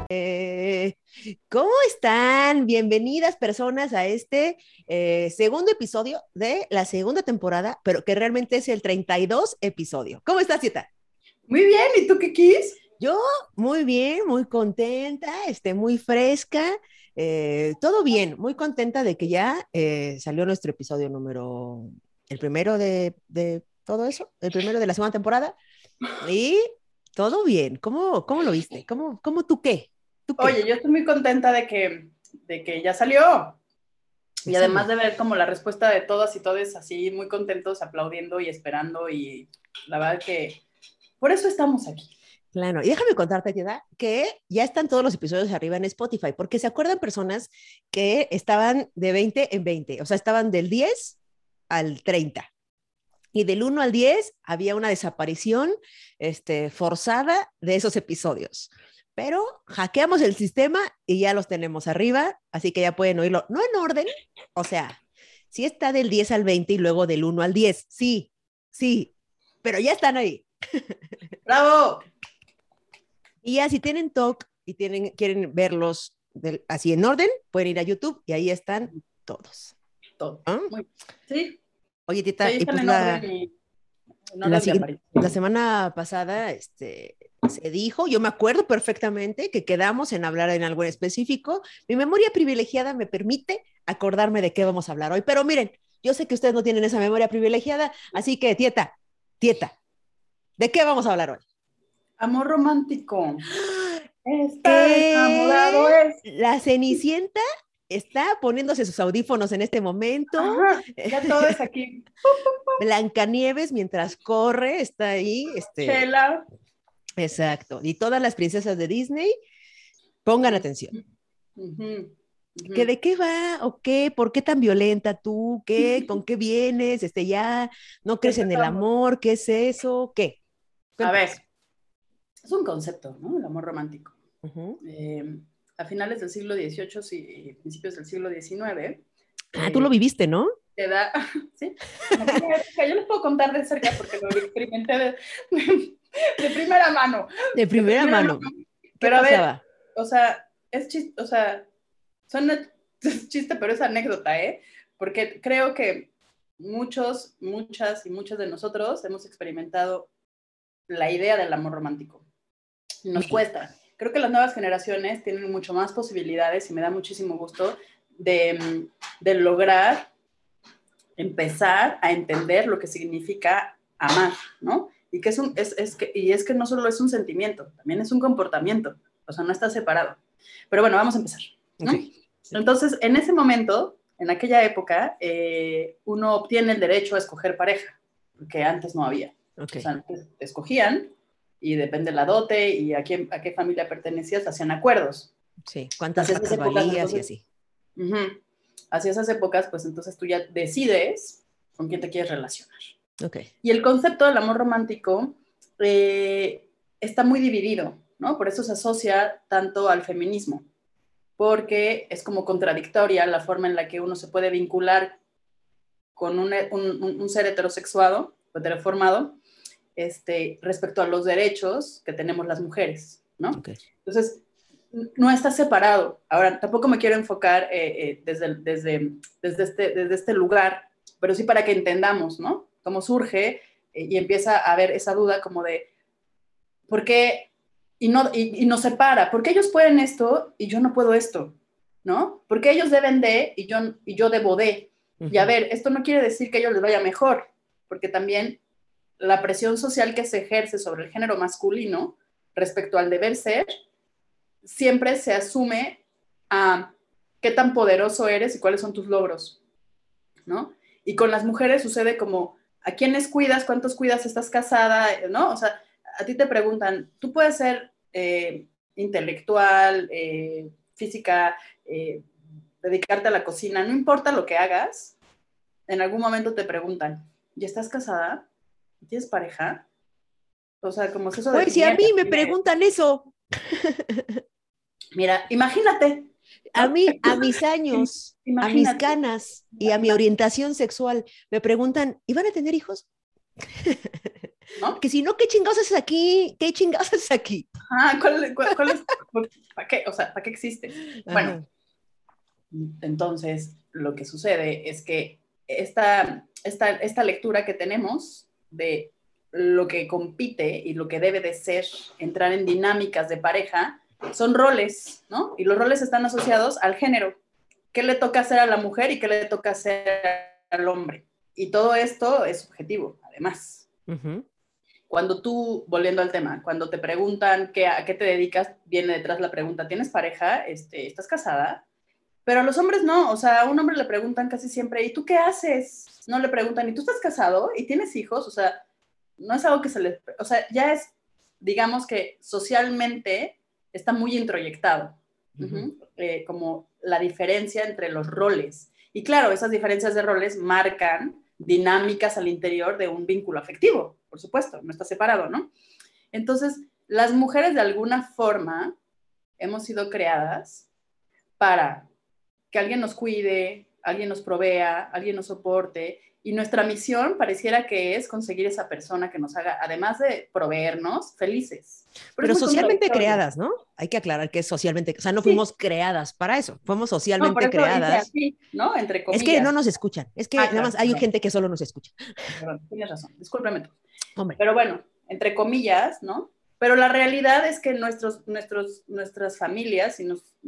¿Cómo están? Bienvenidas personas a este segundo episodio de la segunda temporada, pero que realmente es el 32 episodio. ¿Cómo estás, Cieta? Muy bien, ¿y tú qué quis? Yo muy bien, muy contenta, muy fresca, todo bien, muy contenta de que ya salió nuestro episodio número, el primero de todo eso, el primero de la segunda temporada, y todo bien. ¿Cómo lo viste? ¿Cómo tú qué? ¿Tú qué? Oye, yo estoy muy contenta de que ya salió. Ya Y además salió. de ver como la respuesta de todas y todos así, muy contentos, aplaudiendo y esperando. Y la verdad que por eso estamos aquí. Claro, y déjame contarte, Tieda, que ya están todos los episodios arriba en Spotify, porque se acuerdan personas que estaban de 20 en 20, o sea, estaban del 10 al 30, y del 1 al 10 había una desaparición forzada de esos episodios. Pero hackeamos el sistema y ya los tenemos arriba, así que ya pueden oírlo, no en orden, o sea, sí está del 10 al 20 y luego del 1 al 10, sí, sí, pero ya están ahí. ¡Bravo! Y ya si tienen TOC y quieren verlos así en orden, pueden ir a YouTube y ahí están todos. Todo. ¿Ah? Muy bien. Sí, Oye, sí, Tita, ahí y están pues en orden y en orden de la aparición. semana pasada se dijo, yo me acuerdo perfectamente que quedamos en hablar en algo en específico. Mi memoria privilegiada me permite acordarme de qué vamos a hablar hoy. Pero miren, yo sé que ustedes no tienen esa memoria privilegiada, así que, tieta, ¿de qué vamos a hablar hoy? Amor romántico. Está Que enamorado es. la Cenicienta está poniéndose sus audífonos en este momento. Ajá, ya todo es aquí. Blancanieves, mientras corre, está ahí. Chela. Exacto. Y todas las princesas de Disney, pongan atención. Ujú, ¿Que ujú. de qué va o qué? ¿Por qué tan violenta tú? ¿Qué? ¿Con qué vienes? ¿Ya no Ya crees en el empezamos. amor? ¿Qué es eso? ¿Qué? A Cuéntanos. ver, es un concepto, ¿no? El amor romántico. Ujú. A finales del siglo XVIII y principios del siglo XIX, Ah, tú lo eh, viviste, ¿no? te da, ¿sí? En aquella época, yo les puedo contar de cerca porque lo experimenté de primera mano, De de primera primera mano. mano. ¿Qué Pero a ver, pasaba? o sea, o sea, suena chiste, pero es anécdota, ¿eh? Porque creo que muchos, muchas y muchos de nosotros hemos experimentado la idea del amor romántico. Nos Ujú. cuesta. Creo que las nuevas generaciones tienen mucho más posibilidades y me da muchísimo gusto de lograr empezar a entender lo que significa amar, ¿no? Y que es que no solo es un sentimiento, también es un comportamiento, o sea, no está separado. Pero bueno, vamos a empezar, Ok. ¿no? Sí. Entonces, en ese momento, en aquella época, uno obtiene el derecho a escoger pareja, porque antes no había. Ok. O sea, antes escogían y depende de la dote y a qué familia pertenecías, hacían acuerdos. Sí. ¿Cuántas Hacia esas vacas épocas, valías y entonces, así? uh -huh, hacia esas épocas, pues entonces tú ya decides con quién te quieres relacionar. Ok. Y el concepto del amor romántico está muy dividido, ¿no? Por eso se asocia tanto al feminismo, porque es como contradictoria la forma en la que uno se puede vincular con un ser heterosexuado, heteroformado, respecto a los derechos que tenemos las mujeres, ¿no? Ok. Entonces, no está separado. Ahora, tampoco me quiero enfocar desde este lugar, pero sí para que entendamos, ¿no? Cómo surge y empieza a haber esa duda como de, ¿por qué? Y nos separa, ¿por qué ellos pueden esto y yo no puedo esto? ¿No? Porque ellos deben de y yo debo de. Y a Ujú. ver, esto no quiere decir que a ellos les vaya mejor, porque también la presión social que se ejerce sobre el género masculino respecto al deber ser, siempre se asume a qué tan poderoso eres y cuáles son tus logros, ¿no? Y con las mujeres sucede como, ¿a quiénes cuidas? ¿Cuántos cuidas? ¿Estás casada? ¿No? O sea, a ti te preguntan, tú puedes ser intelectual, física, dedicarte a la cocina, no importa lo que hagas, en algún momento te preguntan, ¿ya estás casada? ¿Tienes pareja? O sea, como si eso Pues si a mí definiera me quién eres. preguntan eso, Mira, imagínate, a ¿no? mí, a mis años, a mis Imagínate. canas y a mi orientación sexual, me preguntan, ¿y van a tener hijos? ¿No? Porque si no, ¿qué chingados haces aquí? ¿Qué chingados haces aquí? ¿Cuál es? ¿Para qué? O sea, ¿para qué existe? Bueno, Ajá. entonces lo que sucede es que esta lectura que tenemos de lo que compite y lo que debe de ser entrar en dinámicas de pareja son roles, ¿no? Y los roles están asociados al género. ¿Qué le toca hacer a la mujer y qué le toca hacer al hombre? Y todo esto es subjetivo, además. Uh-huh. Cuando tú, volviendo al tema, cuando te preguntan a qué te dedicas, viene detrás la pregunta, ¿tienes pareja? ¿Estás casada? Pero a los hombres no, o sea, a un hombre le preguntan casi siempre, ¿y tú qué haces? No le preguntan, ¿y tú estás casado? ¿Y tienes hijos? O sea, no es algo que se les, o sea, ya es, digamos que socialmente está muy introyectado, Uh-huh. como la diferencia entre los roles. Y claro, esas diferencias de roles marcan dinámicas al interior de un vínculo afectivo, por supuesto, no está separado, ¿no? Entonces, las mujeres de alguna forma hemos sido creadas para que alguien nos cuide, alguien nos provea, alguien nos soporte. Y nuestra misión pareciera que es conseguir esa persona que nos haga, además de proveernos, felices. Pero es Pero muy socialmente contradictorio. creadas, ¿no? Hay que aclarar que es socialmente, o sea, no Sí, fuimos creadas para eso, fuimos no, por socialmente eso hice creadas. así, ¿no? Entre Es que no comillas. nos escuchan, es que Ah, nada claro, más hay perdón, gente que solo nos escucha. perdón, tienes razón, discúlpeme tú. Hombre. Pero bueno, entre comillas, ¿no? Pero la realidad es que nuestras familias y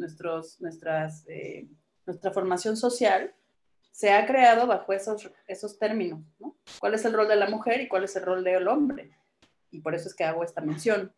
nuestra formación social se ha creado bajo esos términos, ¿no? ¿Cuál es el rol de la mujer y cuál es el rol del hombre? Y por eso es que hago esta mención.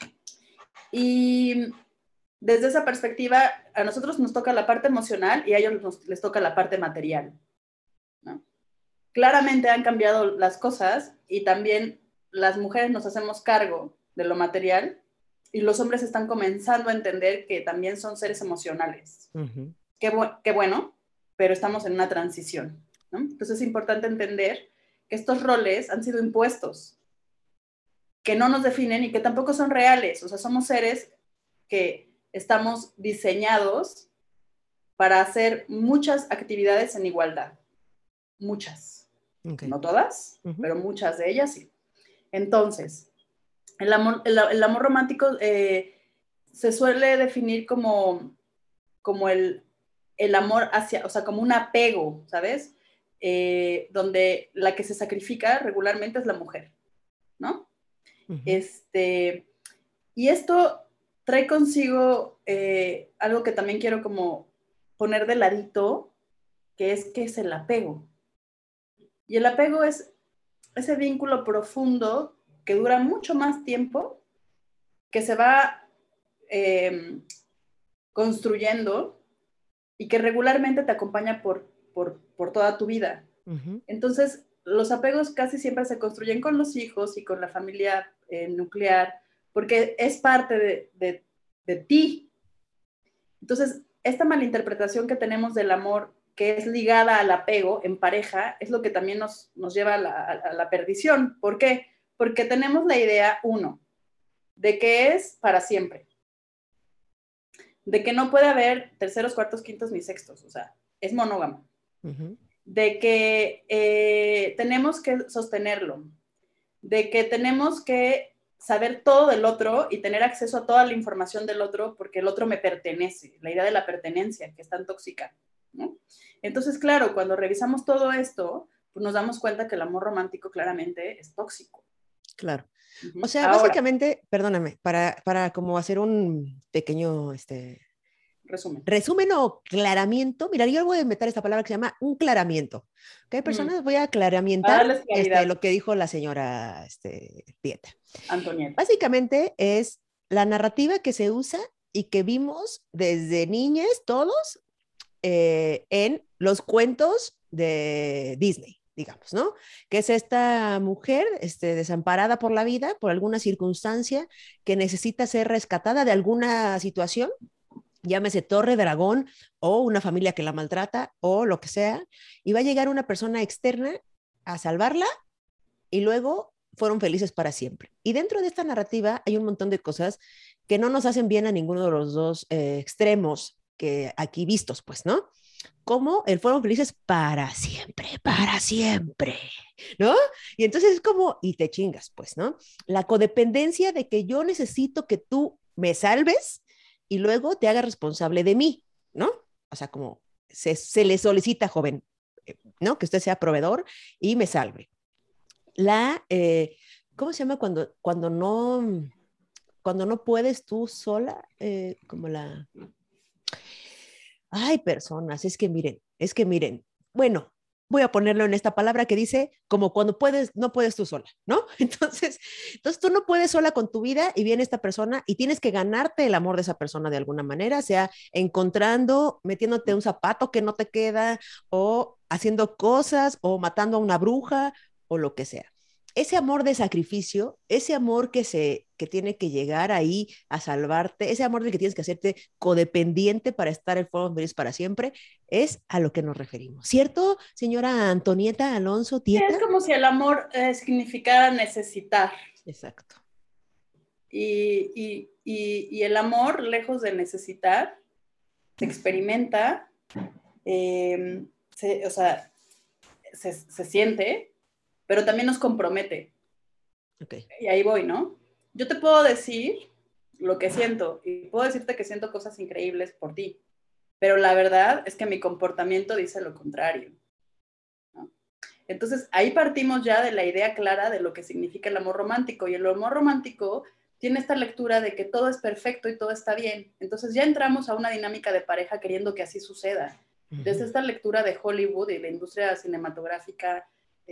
Y desde esa perspectiva, a nosotros nos toca la parte emocional y a ellos les toca la parte material, ¿no? Claramente han cambiado las cosas y también las mujeres nos hacemos cargo de lo material y los hombres están comenzando a entender que también son seres emocionales. Uh-huh. Qué bueno, pero estamos en una transición, ¿no? Entonces es importante entender que estos roles han sido impuestos, que no nos definen y que tampoco son reales. O sea, somos seres que estamos diseñados para hacer muchas actividades en igualdad. Muchas. Okay. No todas, Uh-huh. pero muchas de ellas sí. Entonces, el amor romántico se suele definir como el amor hacia, o sea, como un apego, ¿sabes? Donde la que se sacrifica regularmente es la mujer, ¿no? Uh-huh. Y esto trae consigo algo que también quiero como poner de ladito, que es el apego. Y el apego es ese vínculo profundo que dura mucho más tiempo, que se va eh, construyendo y que regularmente te acompaña por toda tu vida. Uh-huh. Entonces, los apegos casi siempre se construyen con los hijos y con la familia nuclear, porque es parte de ti. Entonces, esta malinterpretación que tenemos del amor, que es ligada al apego en pareja, es lo que también nos lleva a la perdición. ¿Por qué? Porque tenemos la idea, uno, de que es para siempre, de que no puede haber terceros, cuartos, quintos ni sextos, o sea, es monógamo, Uh-huh. de que tenemos que sostenerlo, de que tenemos que saber todo del otro y tener acceso a toda la información del otro porque el otro me pertenece, la idea de la pertenencia que es tan tóxica, ¿no? Entonces, claro, cuando revisamos todo esto, pues nos damos cuenta que el amor romántico claramente es tóxico. Claro. O Uh-huh. sea, Ahora, básicamente, perdóname, para como hacer un pequeño resumen. resumen o claramiento, mira, yo voy a meter esta palabra que se llama un claramiento. Ok, Uh-huh. personas, voy a Para claramientar darles claridad, lo que dijo la señora Pieta. Antonieta. Básicamente es la narrativa que se usa y que vimos desde niñas todos en los cuentos de Disney, digamos, ¿no? Que es esta mujer desamparada por la vida, por alguna circunstancia, que necesita ser rescatada de alguna situación, llámese torre, dragón o una familia que la maltrata o lo que sea, y va a llegar una persona externa a salvarla y luego fueron felices para siempre. Y dentro de esta narrativa hay un montón de cosas que no nos hacen bien a ninguno de los dos extremos que aquí vistos, pues, ¿no? Como el fueron felices para siempre, ¿no? Y entonces es como, y te chingas, pues, ¿no? La codependencia de que yo necesito que tú me salves y luego te hagas responsable de mí, ¿no? O sea, como se le solicita, joven, ¿no? Que usted sea proveedor y me salve. La, ¿Cómo se llama cuando no puedes tú sola? Como la, ay, personas, es que miren, bueno, voy a ponerlo en esta palabra que dice como cuando puedes, no puedes tú sola, ¿no? Entonces tú no puedes sola con tu vida y viene esta persona y tienes que ganarte el amor de esa persona de alguna manera, sea encontrando, metiéndote un zapato que no te queda o haciendo cosas o matando a una bruja o lo que sea. Ese amor de sacrificio, ese amor que tiene que llegar ahí a salvarte, ese amor del que tienes que hacerte codependiente para estar en Fuego Feliz para siempre, es a lo que nos referimos. ¿Cierto, señora Antonieta Alonso Es Tieta? como si el amor significara necesitar. Exacto. Y el amor, lejos de necesitar, se experimenta, o sea, se siente, pero también nos compromete. Okay. Y ahí voy, ¿no? Yo te puedo decir lo que siento y puedo decirte que siento cosas increíbles por ti, pero la verdad es que mi comportamiento dice lo contrario, ¿no? Entonces, ahí partimos ya de la idea clara de lo que significa el amor romántico, y el amor romántico tiene esta lectura de que todo es perfecto y todo está bien. Entonces ya entramos a una dinámica de pareja queriendo que así suceda. Desde esta lectura de Hollywood y la industria cinematográfica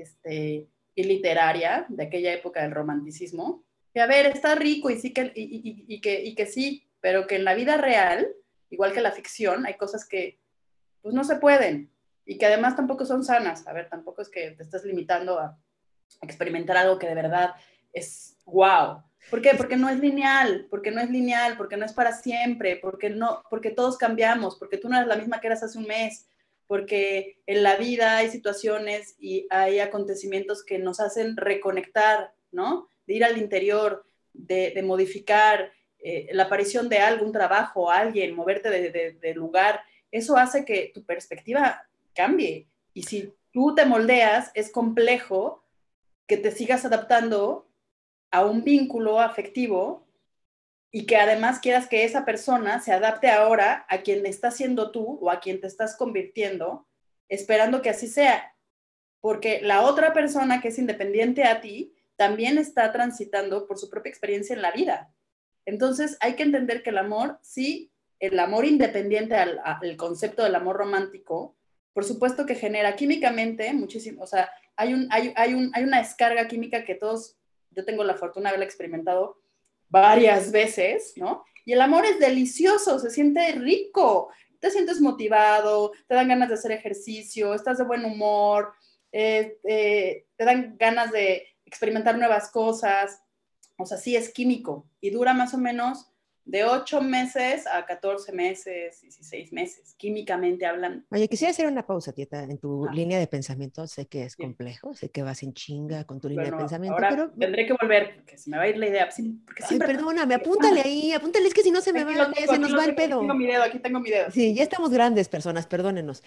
y literaria de aquella época del romanticismo, que a ver, está rico y sí que sí, pero que en la vida real, igual que la ficción, hay cosas que pues no se pueden y que además tampoco son sanas. A ver, tampoco es que te estés limitando a experimentar algo que de verdad es wow. ¿Por qué? Porque no es lineal, porque no es lineal, porque no es para siempre, porque todos cambiamos, porque tú no eres la misma que eras hace un mes, porque en la vida hay situaciones y hay acontecimientos que nos hacen reconectar, ¿no? De ir al interior, de modificar la aparición de algún trabajo, alguien, moverte de lugar. Eso hace que tu perspectiva cambie. Y si tú te moldeas, es complejo que te sigas adaptando a un vínculo afectivo y que además quieras que esa persona se adapte ahora a quien estás siendo tú o a quien te estás convirtiendo, esperando que así sea. Porque la otra persona que es independiente a ti también está transitando por su propia experiencia en la vida. Entonces hay que entender que el amor, sí, el amor independiente al concepto del amor romántico, por supuesto que genera químicamente muchísimo, o sea, hay una descarga química que todos, yo tengo la fortuna de haberla experimentado varias veces, ¿no? Y el amor es delicioso, se siente rico, te sientes motivado, te dan ganas de hacer ejercicio, estás de buen humor, te dan ganas de experimentar nuevas cosas, o sea, sí es químico y dura más o menos de 8 meses a 14 meses, 16 meses, químicamente hablando. Oye, quisiera hacer una pausa, Tieta, en tu Ajá, línea de pensamiento. Sé que es bien. complejo, sé que vas en chinga con tu línea de Bueno, pensamiento, ahora pero, tendré que volver porque se me va a ir la idea, porque ay, siempre pasa. perdóname, apúntale ahí, apúntale, es que si no se me Aquí va, lo tengo, se aquí nos lo va el tengo, aquí tengo pedo. mi dedo, aquí tengo mi dedo. Sí, ya estamos grandes personas, perdónenos.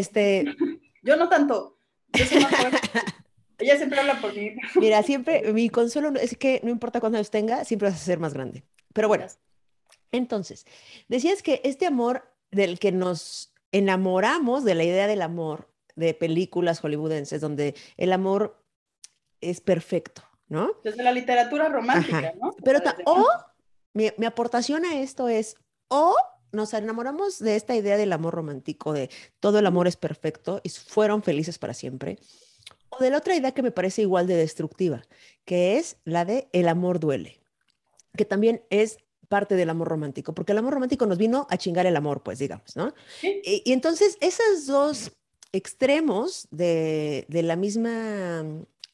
Yo no tanto, yo soy más joven. Ella siempre habla por mí. Mira, siempre, mi consuelo es que no importa cuántos años tenga, siempre vas a ser más grande. Pero bueno, entonces, decías que este amor del que nos enamoramos de la idea del amor de películas hollywoodenses, donde el amor es perfecto, ¿no? Desde la literatura romántica, Ajá. ¿no? O Pero, sea, desde o antes. mi aportación a esto es, o nos enamoramos de esta idea del amor romántico, de todo el amor es perfecto y fueron felices para siempre, o de la otra idea que me parece igual de destructiva, que es la de el amor duele, que también es parte del amor romántico, porque el amor romántico nos vino a chingar el amor, pues digamos, ¿no? Sí, Y entonces esos dos extremos de la misma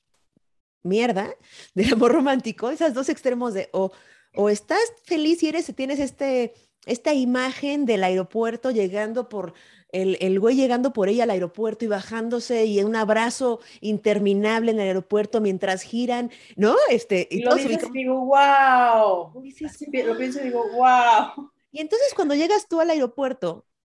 mierda del amor romántico, esos dos extremos de o estás feliz y tienes esta imagen del aeropuerto llegando por el güey llegando por ella al aeropuerto y bajándose y un abrazo interminable en el aeropuerto mientras giran, ¿no? Y y lo todos dices y ubicamos, digo, wow. y dices, Así lo "Guau". pienso y digo, wow. Y entonces cuando llegas tú al aeropuerto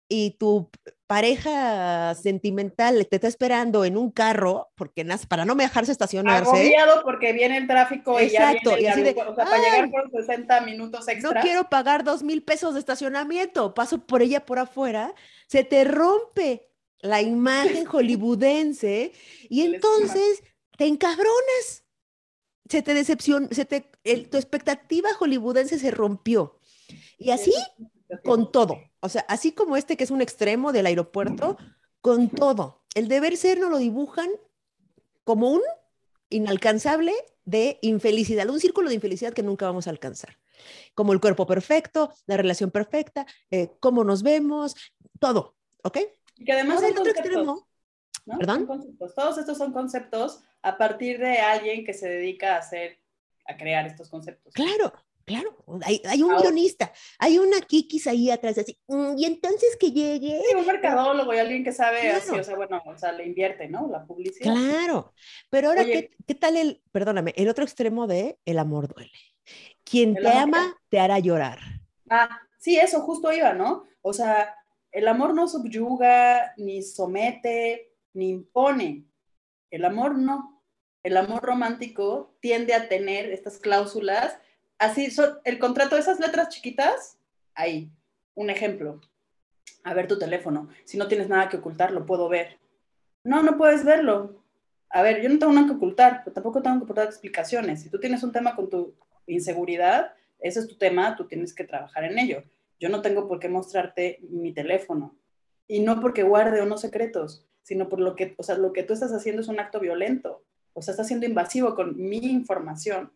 y tu pareja sentimental te está esperando en un carro, porque para no dejarse estacionarse, Agobiado porque viene el tráfico y ya viene exacto, y el así de, aeropuerto, o sea, para llegar ay, por 60 minutos no extras, quiero pagar 2,000 pesos de estacionamiento, paso por ella por afuera, se te rompe la imagen hollywoodense y el esquema. entonces te encabronas, se te decepciona, tu expectativa hollywoodense se rompió. Y Sí, así eso es significativo. con todo, o sea, así como este que es un extremo del aeropuerto, con todo. El deber ser no lo dibujan como un inalcanzable de infelicidad, un círculo de infelicidad que nunca vamos a alcanzar, como el cuerpo perfecto, la relación perfecta, cómo nos vemos, todo, ¿ok? Y que además Ahora son el otro conceptos, extremo, ¿no? Son perdón, conceptos. Todos estos son conceptos a partir de alguien que se dedica a hacer, a crear estos conceptos. claro, claro, hay un Ahora, guionista, hay una Kikis ahí atrás, así, y entonces que llegue, sí, un mercadólogo y alguien que sabe así, o claro, sea, bueno, o sea, le invierte, ¿no? La publicidad. claro, pero ahora, Oye, ¿qué tal perdóname, el otro extremo de el amor duele? Quien ¿el te amor qué? ama te hará llorar. Ah, sí, eso justo iba, ¿no? O sea, el amor no subyuga, ni somete, ni impone. El amor no. El amor romántico tiende a tener estas cláusulas. Así, el contrato de esas letras chiquitas, ahí, un ejemplo. A ver tu teléfono. Si no tienes nada que ocultar, lo puedo ver. No, no puedes verlo. A ver, yo no tengo nada que ocultar, pero tampoco tengo que ocultar explicaciones. Si tú tienes un tema con tu inseguridad, ese es tu tema, tú tienes que trabajar en ello. Yo no tengo por qué mostrarte mi teléfono. Y no porque guarde o no secretos, sino por lo que, o sea, lo que tú estás haciendo es un acto violento. O sea, estás siendo invasivo con mi información.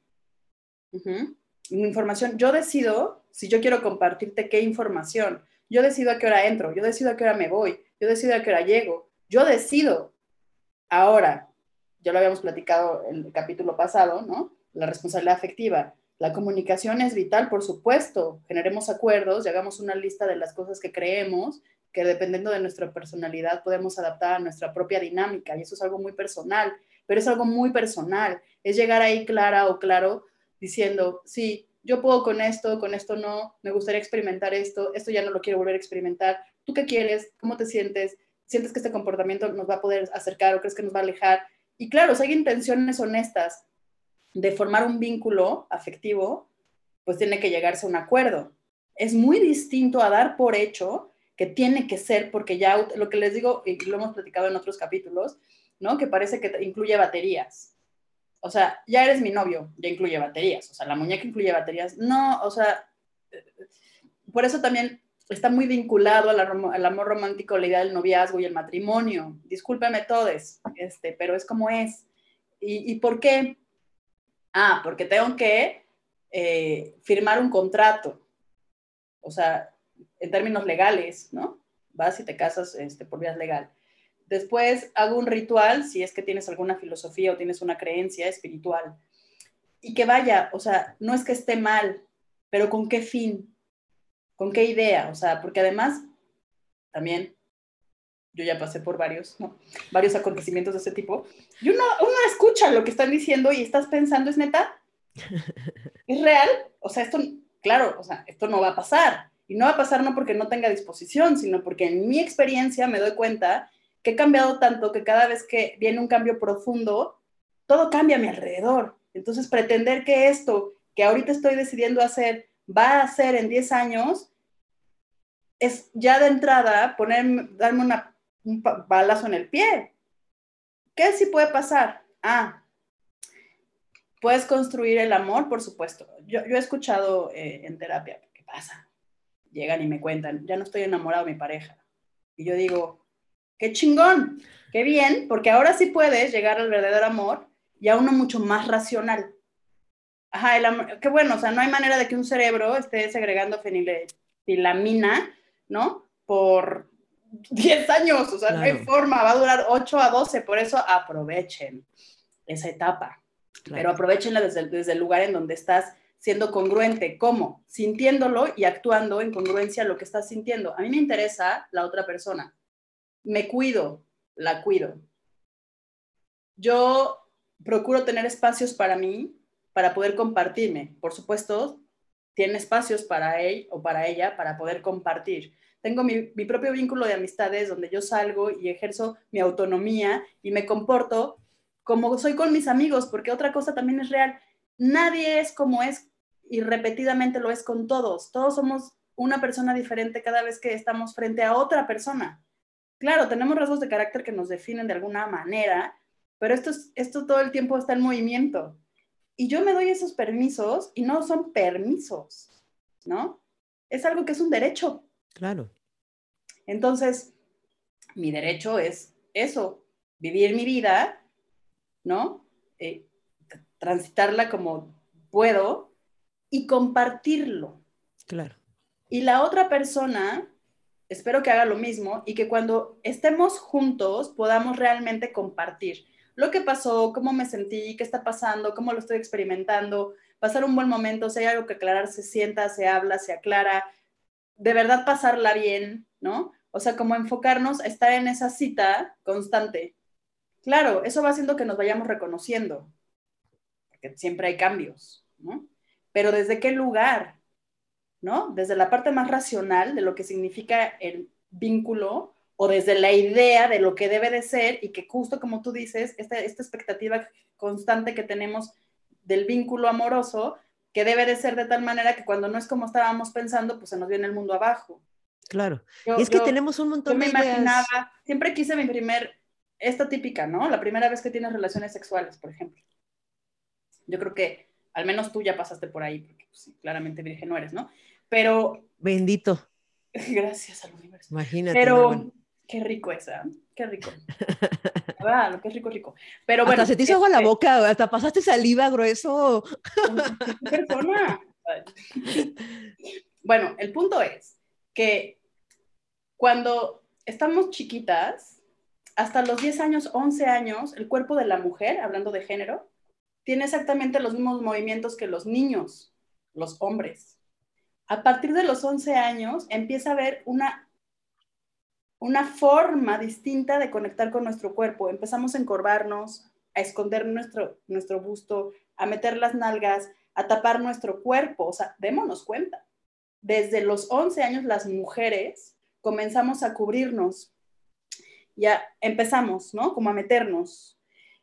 Mi información, yo decido si yo quiero compartirte qué información. Yo decido a qué hora entro, yo decido a qué hora me voy, yo decido a qué hora llego. Yo decido. Ahora, ya lo habíamos platicado en el capítulo pasado, ¿no? La responsabilidad afectiva. La comunicación es vital, por supuesto. Generemos acuerdos y hagamos una lista de las cosas que creemos, que dependiendo de nuestra personalidad podemos adaptar a nuestra propia dinámica. Y eso es algo muy personal, pero es algo muy personal. Es llegar ahí clara o claro diciendo, sí, yo puedo con esto no, me gustaría experimentar esto ya no lo quiero volver a experimentar. ¿Tú qué quieres? ¿Cómo te sientes? ¿Sientes que este comportamiento nos va a poder acercar o crees que nos va a alejar? Y claro, si hay intenciones honestas de formar un vínculo afectivo, pues tiene que llegarse a un acuerdo. Es muy distinto a dar por hecho que tiene que ser, porque ya lo que les digo, y lo hemos platicado en otros capítulos, ¿no? Que parece que incluye baterías. O sea, ya eres mi novio, ya incluye baterías. O sea, la muñeca incluye baterías. No, o sea, por eso también está muy vinculado al amor romántico, la idea del noviazgo y el matrimonio. Discúlpeme todos, pero es como es. ¿Y por qué? Ah, porque tengo que firmar un contrato, o sea, en términos legales, ¿no? Vas y te casas por vías legal. Después hago un ritual, si es que tienes alguna filosofía o tienes una creencia espiritual. Y que vaya, o sea, no es que esté mal, pero ¿con qué fin? ¿Con qué idea? O sea, porque además, también, yo ya pasé por varios, ¿no? Varios acontecimientos de ese tipo. Y uno escucha lo que están diciendo y estás pensando, ¿es neta? ¿Es real? O sea, esto, claro, o sea, esto no va a pasar. Y no va a pasar no porque no tenga disposición, sino porque en mi experiencia me doy cuenta que he cambiado tanto que cada vez que viene un cambio profundo, todo cambia a mi alrededor. Entonces, pretender que esto que ahorita estoy decidiendo hacer va a ser en 10 años, es ya de entrada darme un balazo en el pie. ¿Qué sí puede pasar? Ah, puedes construir el amor, por supuesto. Yo he escuchado en terapia, ¿qué pasa? Llegan y me cuentan, ya no estoy enamorado de mi pareja. Y yo digo, qué chingón, qué bien, porque ahora sí puedes llegar al verdadero amor y a uno mucho más racional. Ajá, el amor, qué bueno, o sea, no hay manera de que un cerebro esté segregando feniletina, ¿no? Por 10 años, o sea, no hay Claro, forma, va a durar 8 a 12, por eso aprovechen esa etapa, pero claro. aprovechenla desde el lugar en donde estás siendo congruente. ¿Cómo? Sintiéndolo y actuando en congruencia a lo que estás sintiendo. A mí me interesa la otra persona. Me cuido, la cuido. Yo procuro tener espacios para mí, para poder compartirme. Por supuesto, tiene espacios para él o para ella para poder compartir. tengo mi propio vínculo de amistades donde yo salgo y ejerzo mi autonomía y me comporto como soy con mis amigos, porque otra cosa también es real. Nadie es como es y repetidamente lo es con todos. Todos somos una persona diferente cada vez que estamos frente a otra persona. Claro, tenemos rasgos de carácter que nos definen de alguna manera, pero esto todo el tiempo está en movimiento. Y yo me doy esos permisos y no son permisos, ¿no? Es algo que es un derecho. Claro. Entonces, mi derecho es eso, vivir mi vida, ¿no? Transitarla como puedo y compartirlo. Claro. Y la otra persona, espero que haga lo mismo y que cuando estemos juntos podamos realmente compartir lo que pasó, cómo me sentí, qué está pasando, cómo lo estoy experimentando, pasar un buen momento, si hay algo que aclarar, se sienta, se habla, se aclara, de verdad pasarla bien, ¿no? O sea, como enfocarnos a estar en esa cita constante. Claro, eso va haciendo que nos vayamos reconociendo, porque siempre hay cambios, ¿no? Pero ¿desde qué lugar? ¿No? Desde la parte más racional de lo que significa el vínculo o desde la idea de lo que debe de ser y que justo como tú dices, esta expectativa constante que tenemos del vínculo amoroso, que debe de ser de tal manera que cuando no es como estábamos pensando, pues se nos viene el mundo abajo. Claro. Y Yo, es que yo, tenemos un yo montón me de ideas. imaginaba, siempre quise mi esta típica, ¿no? La primera vez que tienes relaciones sexuales, por ejemplo. Yo creo que al menos tú ya pasaste por ahí, porque pues, claramente virgen no eres, ¿no? Pero Bendito. gracias al universo. Imagínate, no, bueno. Pero qué rico esa, qué rico. Ah, lo que es rico, rico. Pero Hasta bueno, se te hizo agua la boca, hasta pasaste saliva grueso. ¿qué persona? Bueno, el punto es que cuando estamos chiquitas, hasta los 10 años, 11 años, el cuerpo de la mujer, hablando de género, tiene exactamente los mismos movimientos que los niños, los hombres. A partir de los 11 años empieza a haber una forma distinta de conectar con nuestro cuerpo. Empezamos a encorvarnos, a esconder nuestro busto, a meter las nalgas, a tapar nuestro cuerpo. O sea, démonos cuenta. Desde los 11 años las mujeres comenzamos a cubrirnos. Ya empezamos, ¿no? Como a meternos.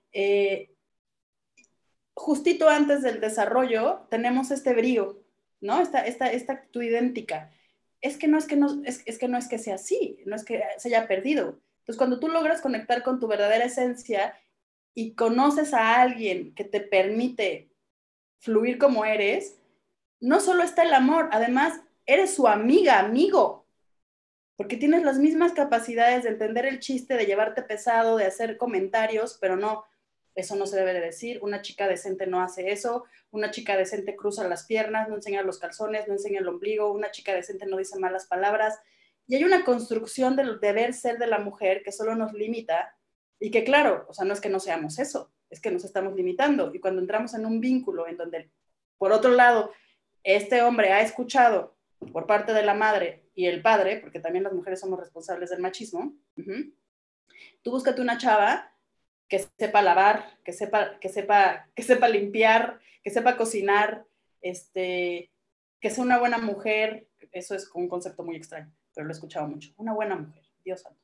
Justito antes del desarrollo tenemos este brío, ¿no? Esta actitud idéntica. Es que no es que sea así, no es que se haya perdido. Entonces, cuando tú logras conectar con tu verdadera esencia y conoces a alguien que te permite fluir como eres, no solo está el amor, además eres su amiga, amigo, porque tienes las mismas capacidades de entender el chiste, de llevarte pesado, de hacer comentarios, pero no, eso no se debe de decir, una chica decente no hace eso, una chica decente cruza las piernas, no enseña los calzones, no enseña el ombligo, una chica decente no dice malas palabras, y hay una construcción del deber ser de la mujer que solo nos limita, y que claro, o sea, no es que no seamos eso, es que nos estamos limitando, y cuando entramos en un vínculo en donde, por otro lado, este hombre ha escuchado por parte de la madre y el padre, porque también las mujeres somos responsables del machismo, tú búscate una chava que sepa lavar, que sepa limpiar, que sepa cocinar, que sea una buena mujer, eso es un concepto muy extraño, pero lo he escuchado mucho, una buena mujer, Dios santo.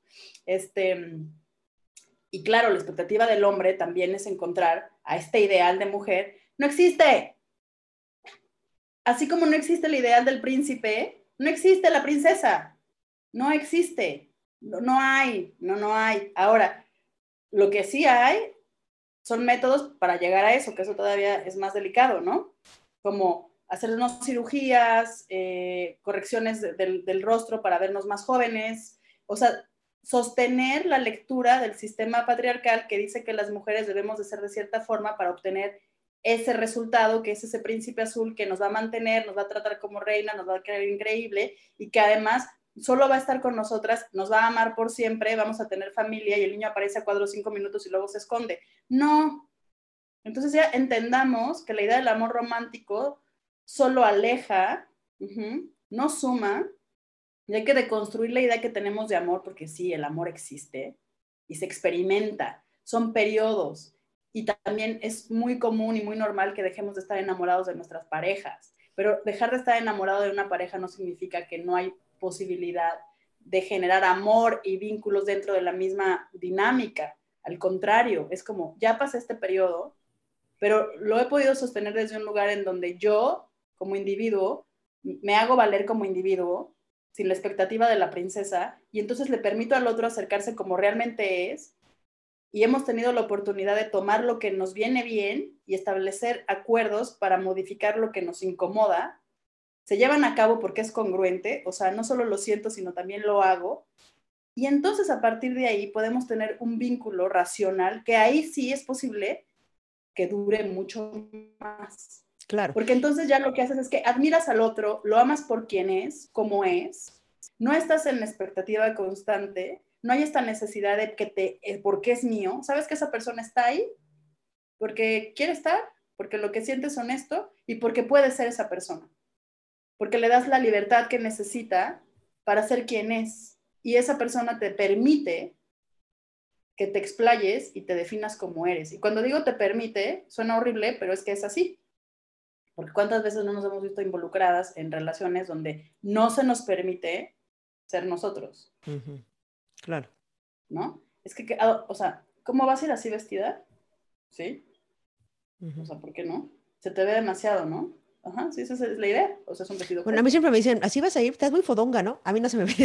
Y claro, la expectativa del hombre también es encontrar a este ideal de mujer. No existe. Así como no existe el ideal del príncipe, no existe la princesa. No existe. No hay. No hay. Ahora, lo que sí hay son métodos para llegar a eso, que eso todavía es más delicado, ¿no? Como hacernos cirugías, correcciones del rostro para vernos más jóvenes, o sea, sostener la lectura del sistema patriarcal que dice que las mujeres debemos de ser de cierta forma para obtener ese resultado, que es ese príncipe azul que nos va a mantener, nos va a tratar como reina, nos va a creer increíble y que además solo va a estar con nosotras, nos va a amar por siempre, vamos a tener familia y el niño aparece a 4 o 5 minutos y luego se esconde. No. Entonces ya entendamos que la idea del amor romántico solo aleja, no suma, y hay que deconstruir la idea que tenemos de amor, porque sí, el amor existe y se experimenta, son periodos, y también es muy común y muy normal que dejemos de estar enamorados de nuestras parejas, pero dejar de estar enamorado de una pareja no significa que no hay posibilidad de generar amor y vínculos dentro de la misma dinámica. Al contrario, es como, ya pasé este periodo, pero lo he podido sostener desde un lugar en donde yo, como individuo, me hago valer como individuo, sin la expectativa de la princesa, y entonces le permito al otro acercarse como realmente es, y hemos tenido la oportunidad de tomar lo que nos viene bien y establecer acuerdos para modificar lo que nos incomoda. Se llevan a cabo porque es congruente, o sea, no solo lo siento, sino también lo hago. Y entonces a partir de ahí podemos tener un vínculo racional que ahí sí es posible que dure mucho más. Claro. Porque entonces ya lo que haces es que admiras al otro, lo amas por quien es, como es, no estás en la expectativa constante, no hay esta necesidad de que porque es mío, sabes que esa persona está ahí porque quiere estar, porque lo que siente es honesto y porque puede ser esa persona, porque le das la libertad que necesita para ser quien es y esa persona te permite que te explayes y te definas como eres. Y cuando digo te permite, suena horrible, pero es que es así. Porque cuántas veces no nos hemos visto involucradas en relaciones donde no se nos permite ser nosotros. Uh-huh. Claro. ¿No? Es que, o sea, ¿cómo vas a ir así vestida? ¿Sí? Uh-huh. O sea, ¿por qué no? Se te ve demasiado, ¿no? Ajá, sí, esa es la idea. O sea, es un vestido Bueno, a mí corto. siempre me dicen, así vas a ir, estás muy fodonga, ¿no? A mí no se me ve.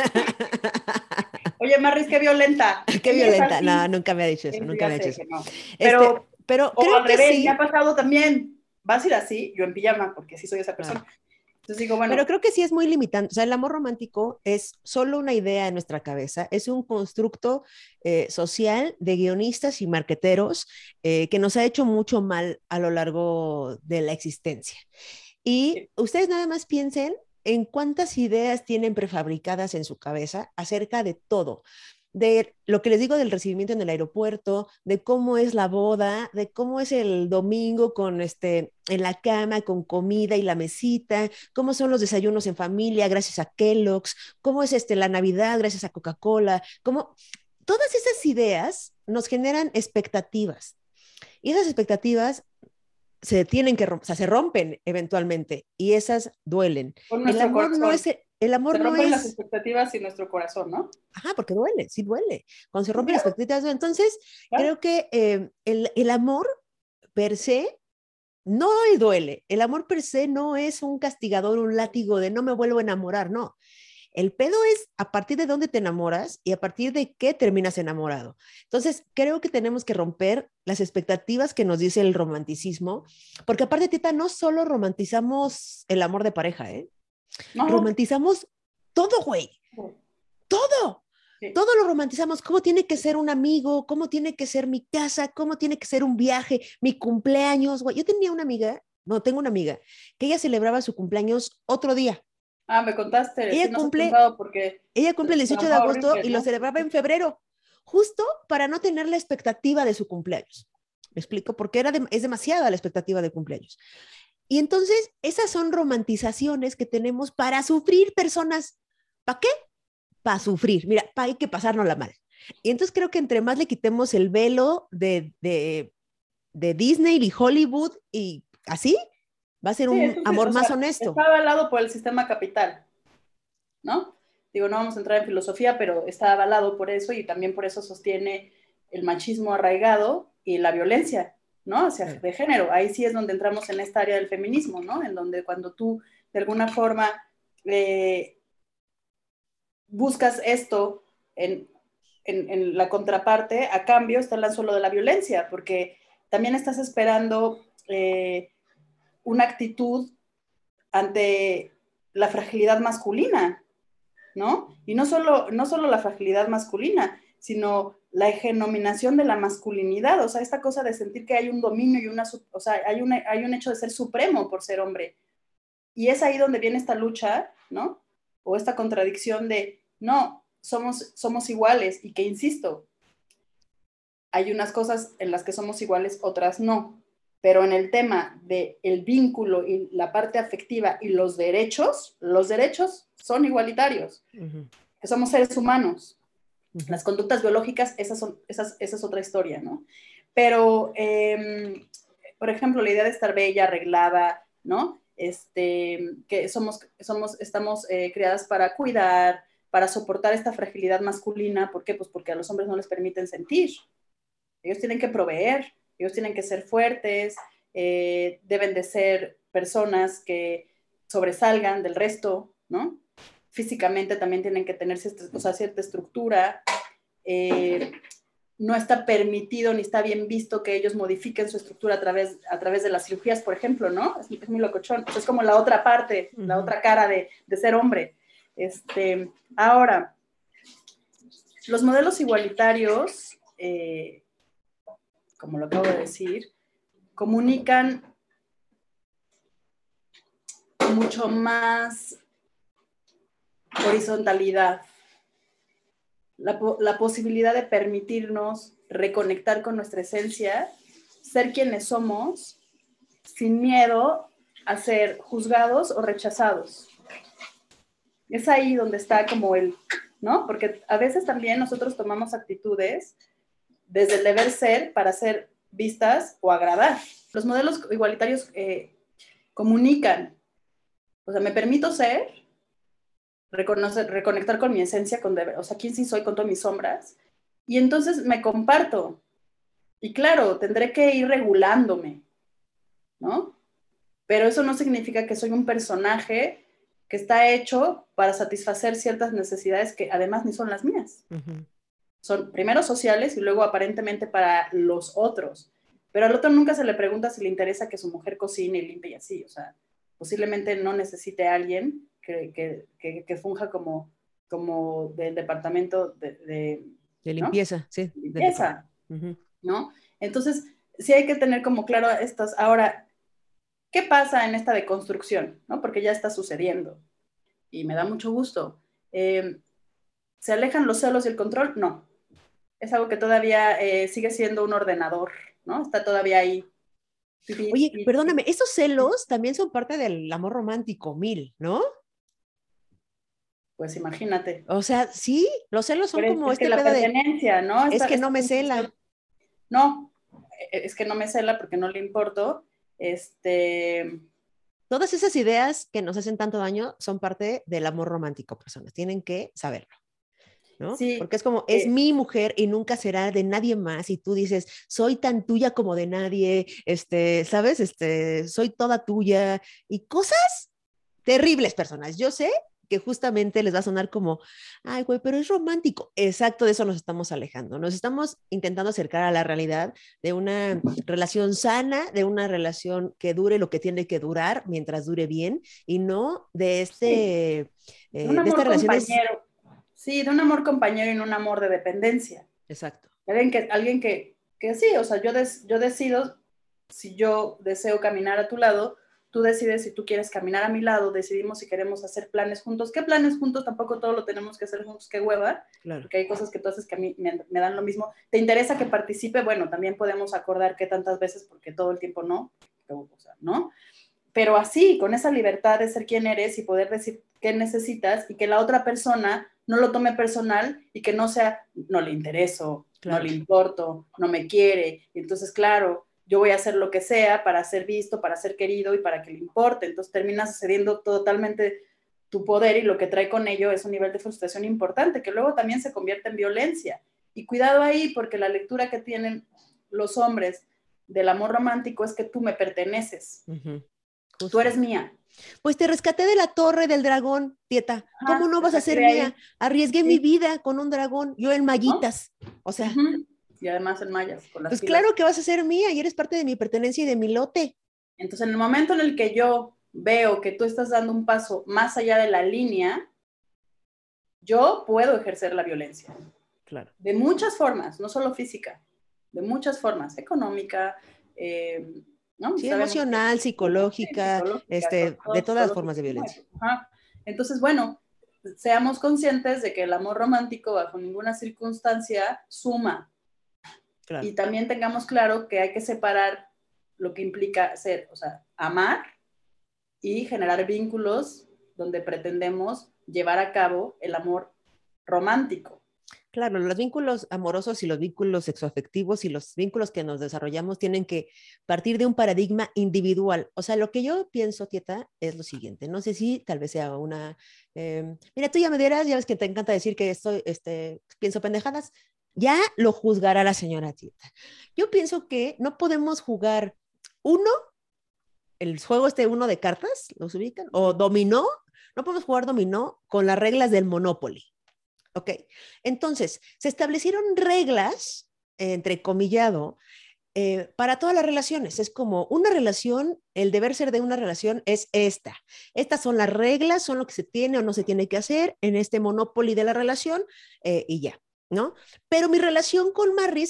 Oye, Marris, qué violenta. Qué Ella es violenta. No, así. nunca me ha dicho eso, Sí, nunca ya me ha dicho sé eso. que no. Pero, Pero o creo al que revés, me ha sí. pasado también. Vas a ir así, yo en pijama, porque sí soy esa Claro. persona. Entonces digo, Pero bueno, creo que sí es muy limitante. O sea, el amor romántico es solo una idea en nuestra cabeza, es un constructo social de guionistas y marqueteros que nos ha hecho mucho mal a lo largo de la existencia. Y ustedes nada más piensen en cuántas ideas tienen prefabricadas en su cabeza acerca de todo, de lo que les digo del recibimiento en el aeropuerto, de cómo es la boda, de cómo es el domingo con en la cama con comida y la mesita, cómo son los desayunos en familia gracias a Kellogg's, cómo es la Navidad gracias a Coca-Cola, cómo todas esas ideas nos generan expectativas y esas expectativas se tienen que o sea, se rompen eventualmente y esas duelen. con El nuestro amor no corazón. es el amor Se no rompen las es expectativas y nuestro corazón, ¿no? ajá, porque duele, sí duele. Cuando se rompen ¿Ya? las expectativas, duele. Entonces, ¿Ya? creo que el amor per se no duele. El amor per se no es un castigador, un látigo de no me vuelvo a enamorar, no. El pedo es a partir de dónde te enamoras y a partir de qué terminas enamorado. Entonces, creo que tenemos que romper las expectativas que nos dice el romanticismo, porque aparte, Tita, no solo romantizamos el amor de pareja, ¿eh? No. Romantizamos todo, güey, todo. Sí. Todo lo romantizamos, cómo tiene que ser un amigo, cómo tiene que ser mi casa, cómo tiene que ser un viaje, mi cumpleaños, güey. Yo tenía una amiga, no, tengo una amiga, que ella celebraba su cumpleaños otro día. Ah, me contaste, sí Ella nos has cumple, contado porque ella cumple el 18 de estaba agosto horrible, y lo ¿no? celebraba en febrero, justo para no tener la expectativa de su cumpleaños. ¿Me explico? Porque es demasiada la expectativa de cumpleaños. Y entonces, esas son romantizaciones que tenemos para sufrir personas. ¿Para qué? Para sufrir. Mira, hay que pasárnosla mal. Y entonces creo que entre más le quitemos el velo de Disney y Hollywood y así, va a ser Sí, un amor o más sea, honesto. está avalado por el sistema capital, ¿no? Digo, no vamos a entrar en filosofía, pero está avalado por eso y también por eso sostiene el machismo arraigado y la violencia, ¿no? Hacia Claro. de género. Ahí sí es donde entramos en esta área del feminismo, ¿no? En donde cuando tú de alguna forma eh, buscas esto en la contraparte, a cambio está el anzuelo de la violencia, porque también estás esperando una actitud ante la fragilidad masculina, ¿no? Y no solo la fragilidad masculina, sino la hegemonación de la masculinidad, o sea, esta cosa de sentir que hay un dominio y o sea, hay un hecho de ser supremo por ser hombre. Y es ahí donde viene esta lucha, ¿no? O esta contradicción de, no, somos iguales y que, insisto, hay unas cosas en las que somos iguales, otras no. Pero en el tema del vínculo y la parte afectiva y los derechos son igualitarios, Uh-huh. que somos seres humanos. Uh-huh. Las conductas biológicas, esa es otra historia, ¿no? Pero, por ejemplo, la idea de estar bella, arreglada, ¿no? Que estamos criadas para cuidar, para soportar esta fragilidad masculina. ¿Por qué? Pues porque a los hombres no les permiten sentir. Ellos tienen que proveer, ellos tienen que ser fuertes, deben de ser personas que sobresalgan del resto, ¿no? Físicamente también tienen que tener cierta estructura. No está permitido ni está bien visto que ellos modifiquen su estructura a través de las cirugías, por ejemplo, ¿no? Es muy locochón. Es como la otra parte, la otra cara de ser hombre. Ahora, los modelos igualitarios, como lo acabo de decir, comunican mucho más horizontalidad, la posibilidad de permitirnos reconectar con nuestra esencia, ser quienes somos, sin miedo a ser juzgados o rechazados. Es ahí donde está como ¿no? Porque a veces también nosotros tomamos actitudes desde el deber ser para ser vistas o agradar. Los modelos igualitarios comunican, o sea, me permito ser, reconectar con mi esencia, o sea, quién sí soy con todas mis sombras, y entonces me comparto. Y claro, tendré que ir regulándome, ¿no? Pero eso no significa que soy un personaje que está hecho para satisfacer ciertas necesidades que además ni son las mías. Uh-huh. Son primero sociales y luego aparentemente para los otros. Pero al otro nunca se le pregunta si le interesa que su mujer cocine y limpie y así. O sea, posiblemente no necesite a alguien que funja como del departamento de limpieza, ¿no? sí. Limpieza, uh-huh. ¿No? Entonces, sí hay que tener como claro estas. Ahora, ¿qué pasa en esta deconstrucción? ¿No? Porque ya está sucediendo y me da mucho gusto. ¿Se alejan los celos y el control? No. Es algo que todavía sigue siendo un ordenador, ¿no? Está todavía ahí. Oye, perdóname, esos celos también son parte del amor romántico, ¿no? Pues imagínate. O sea, sí, los celos son como es que la pedo pertenencia, ¿no? Es que no me cela. No, es que no me cela porque no le importo. Todas esas ideas que nos hacen tanto daño son parte del amor romántico, personas. Tienen que saberlo, ¿no? Sí. Porque es como, es mi mujer y nunca será de nadie más. Y tú dices, soy tan tuya como de nadie, ¿sabes? Soy toda tuya. Y cosas terribles, personas. Yo sé que justamente les va a sonar como, ay, güey, pero es romántico. Exacto, de eso nos estamos alejando. Nos estamos intentando acercar a la realidad de una relación sana, de una relación que dure lo que tiene que durar mientras dure bien y no de de un amor de estas relaciones. Compañero. Sí, de un amor compañero y no un amor de dependencia. Exacto. Alguien que sí, o sea, yo decido, si yo deseo caminar a tu lado, tú decides si tú quieres caminar a mi lado, decidimos si queremos hacer planes juntos. ¿Qué planes juntos? Tampoco todo lo tenemos que hacer juntos, qué hueva, claro. Porque hay cosas que tú haces que a mí me dan lo mismo. ¿Te interesa que participe? Bueno, también podemos acordar qué tantas veces, porque todo el tiempo no, o sea, ¿no? Pero así, con esa libertad de ser quien eres y poder decir qué necesitas y que la otra persona no lo tome personal y que no sea, no le intereso, claro. No le importo, no me quiere. Y entonces, claro, yo voy a hacer lo que sea para ser visto, para ser querido y para que le importe. Entonces terminas cediendo totalmente tu poder y lo que trae con ello es un nivel de frustración importante que luego también se convierte en violencia. Y cuidado ahí porque la lectura que tienen los hombres del amor romántico es que tú me perteneces. Uh-huh. Justo. Tú eres mía. Pues te rescaté de la torre del dragón, Tieta. ¿Cómo no vas a ser mía? Arriesgué mi vida con un dragón, yo en mallitas. ¿No? O sea. Uh-huh. Y además en mallas. Con las pues pilas. claro que vas a ser mía y eres parte de mi pertenencia y de mi lote. Entonces, en el momento en el que yo veo que tú estás dando un paso más allá de la línea, yo puedo ejercer la violencia. Claro. De muchas formas, no solo física, de muchas formas, económica, ¿no? Sí, emocional, psicológica, de todas las formas de violencia. Ajá. Entonces, bueno, seamos conscientes de que el amor romántico bajo ninguna circunstancia suma. Claro. Y también tengamos claro que hay que separar lo que implica ser, o sea, amar y generar vínculos donde pretendemos llevar a cabo el amor romántico. Claro, los vínculos amorosos y los vínculos sexoafectivos y los vínculos que nos desarrollamos tienen que partir de un paradigma individual. O sea, lo que yo pienso, Tieta, es lo siguiente. No sé si tal vez sea una... mira, tú ya me dirás, ya ves que te encanta decir que estoy, pienso pendejadas. Ya lo juzgará la señora Tieta. Yo pienso que no podemos jugar uno, el juego uno de cartas, ¿los ubican? O dominó. No podemos jugar dominó con las reglas del Monopoly. Ok, entonces se establecieron reglas, entrecomillado, para todas las relaciones. Es como una relación, el deber ser de una relación es esta. Estas son las reglas, son lo que se tiene o no se tiene que hacer en este monopoly de la relación y ya, ¿no? Pero mi relación con Marris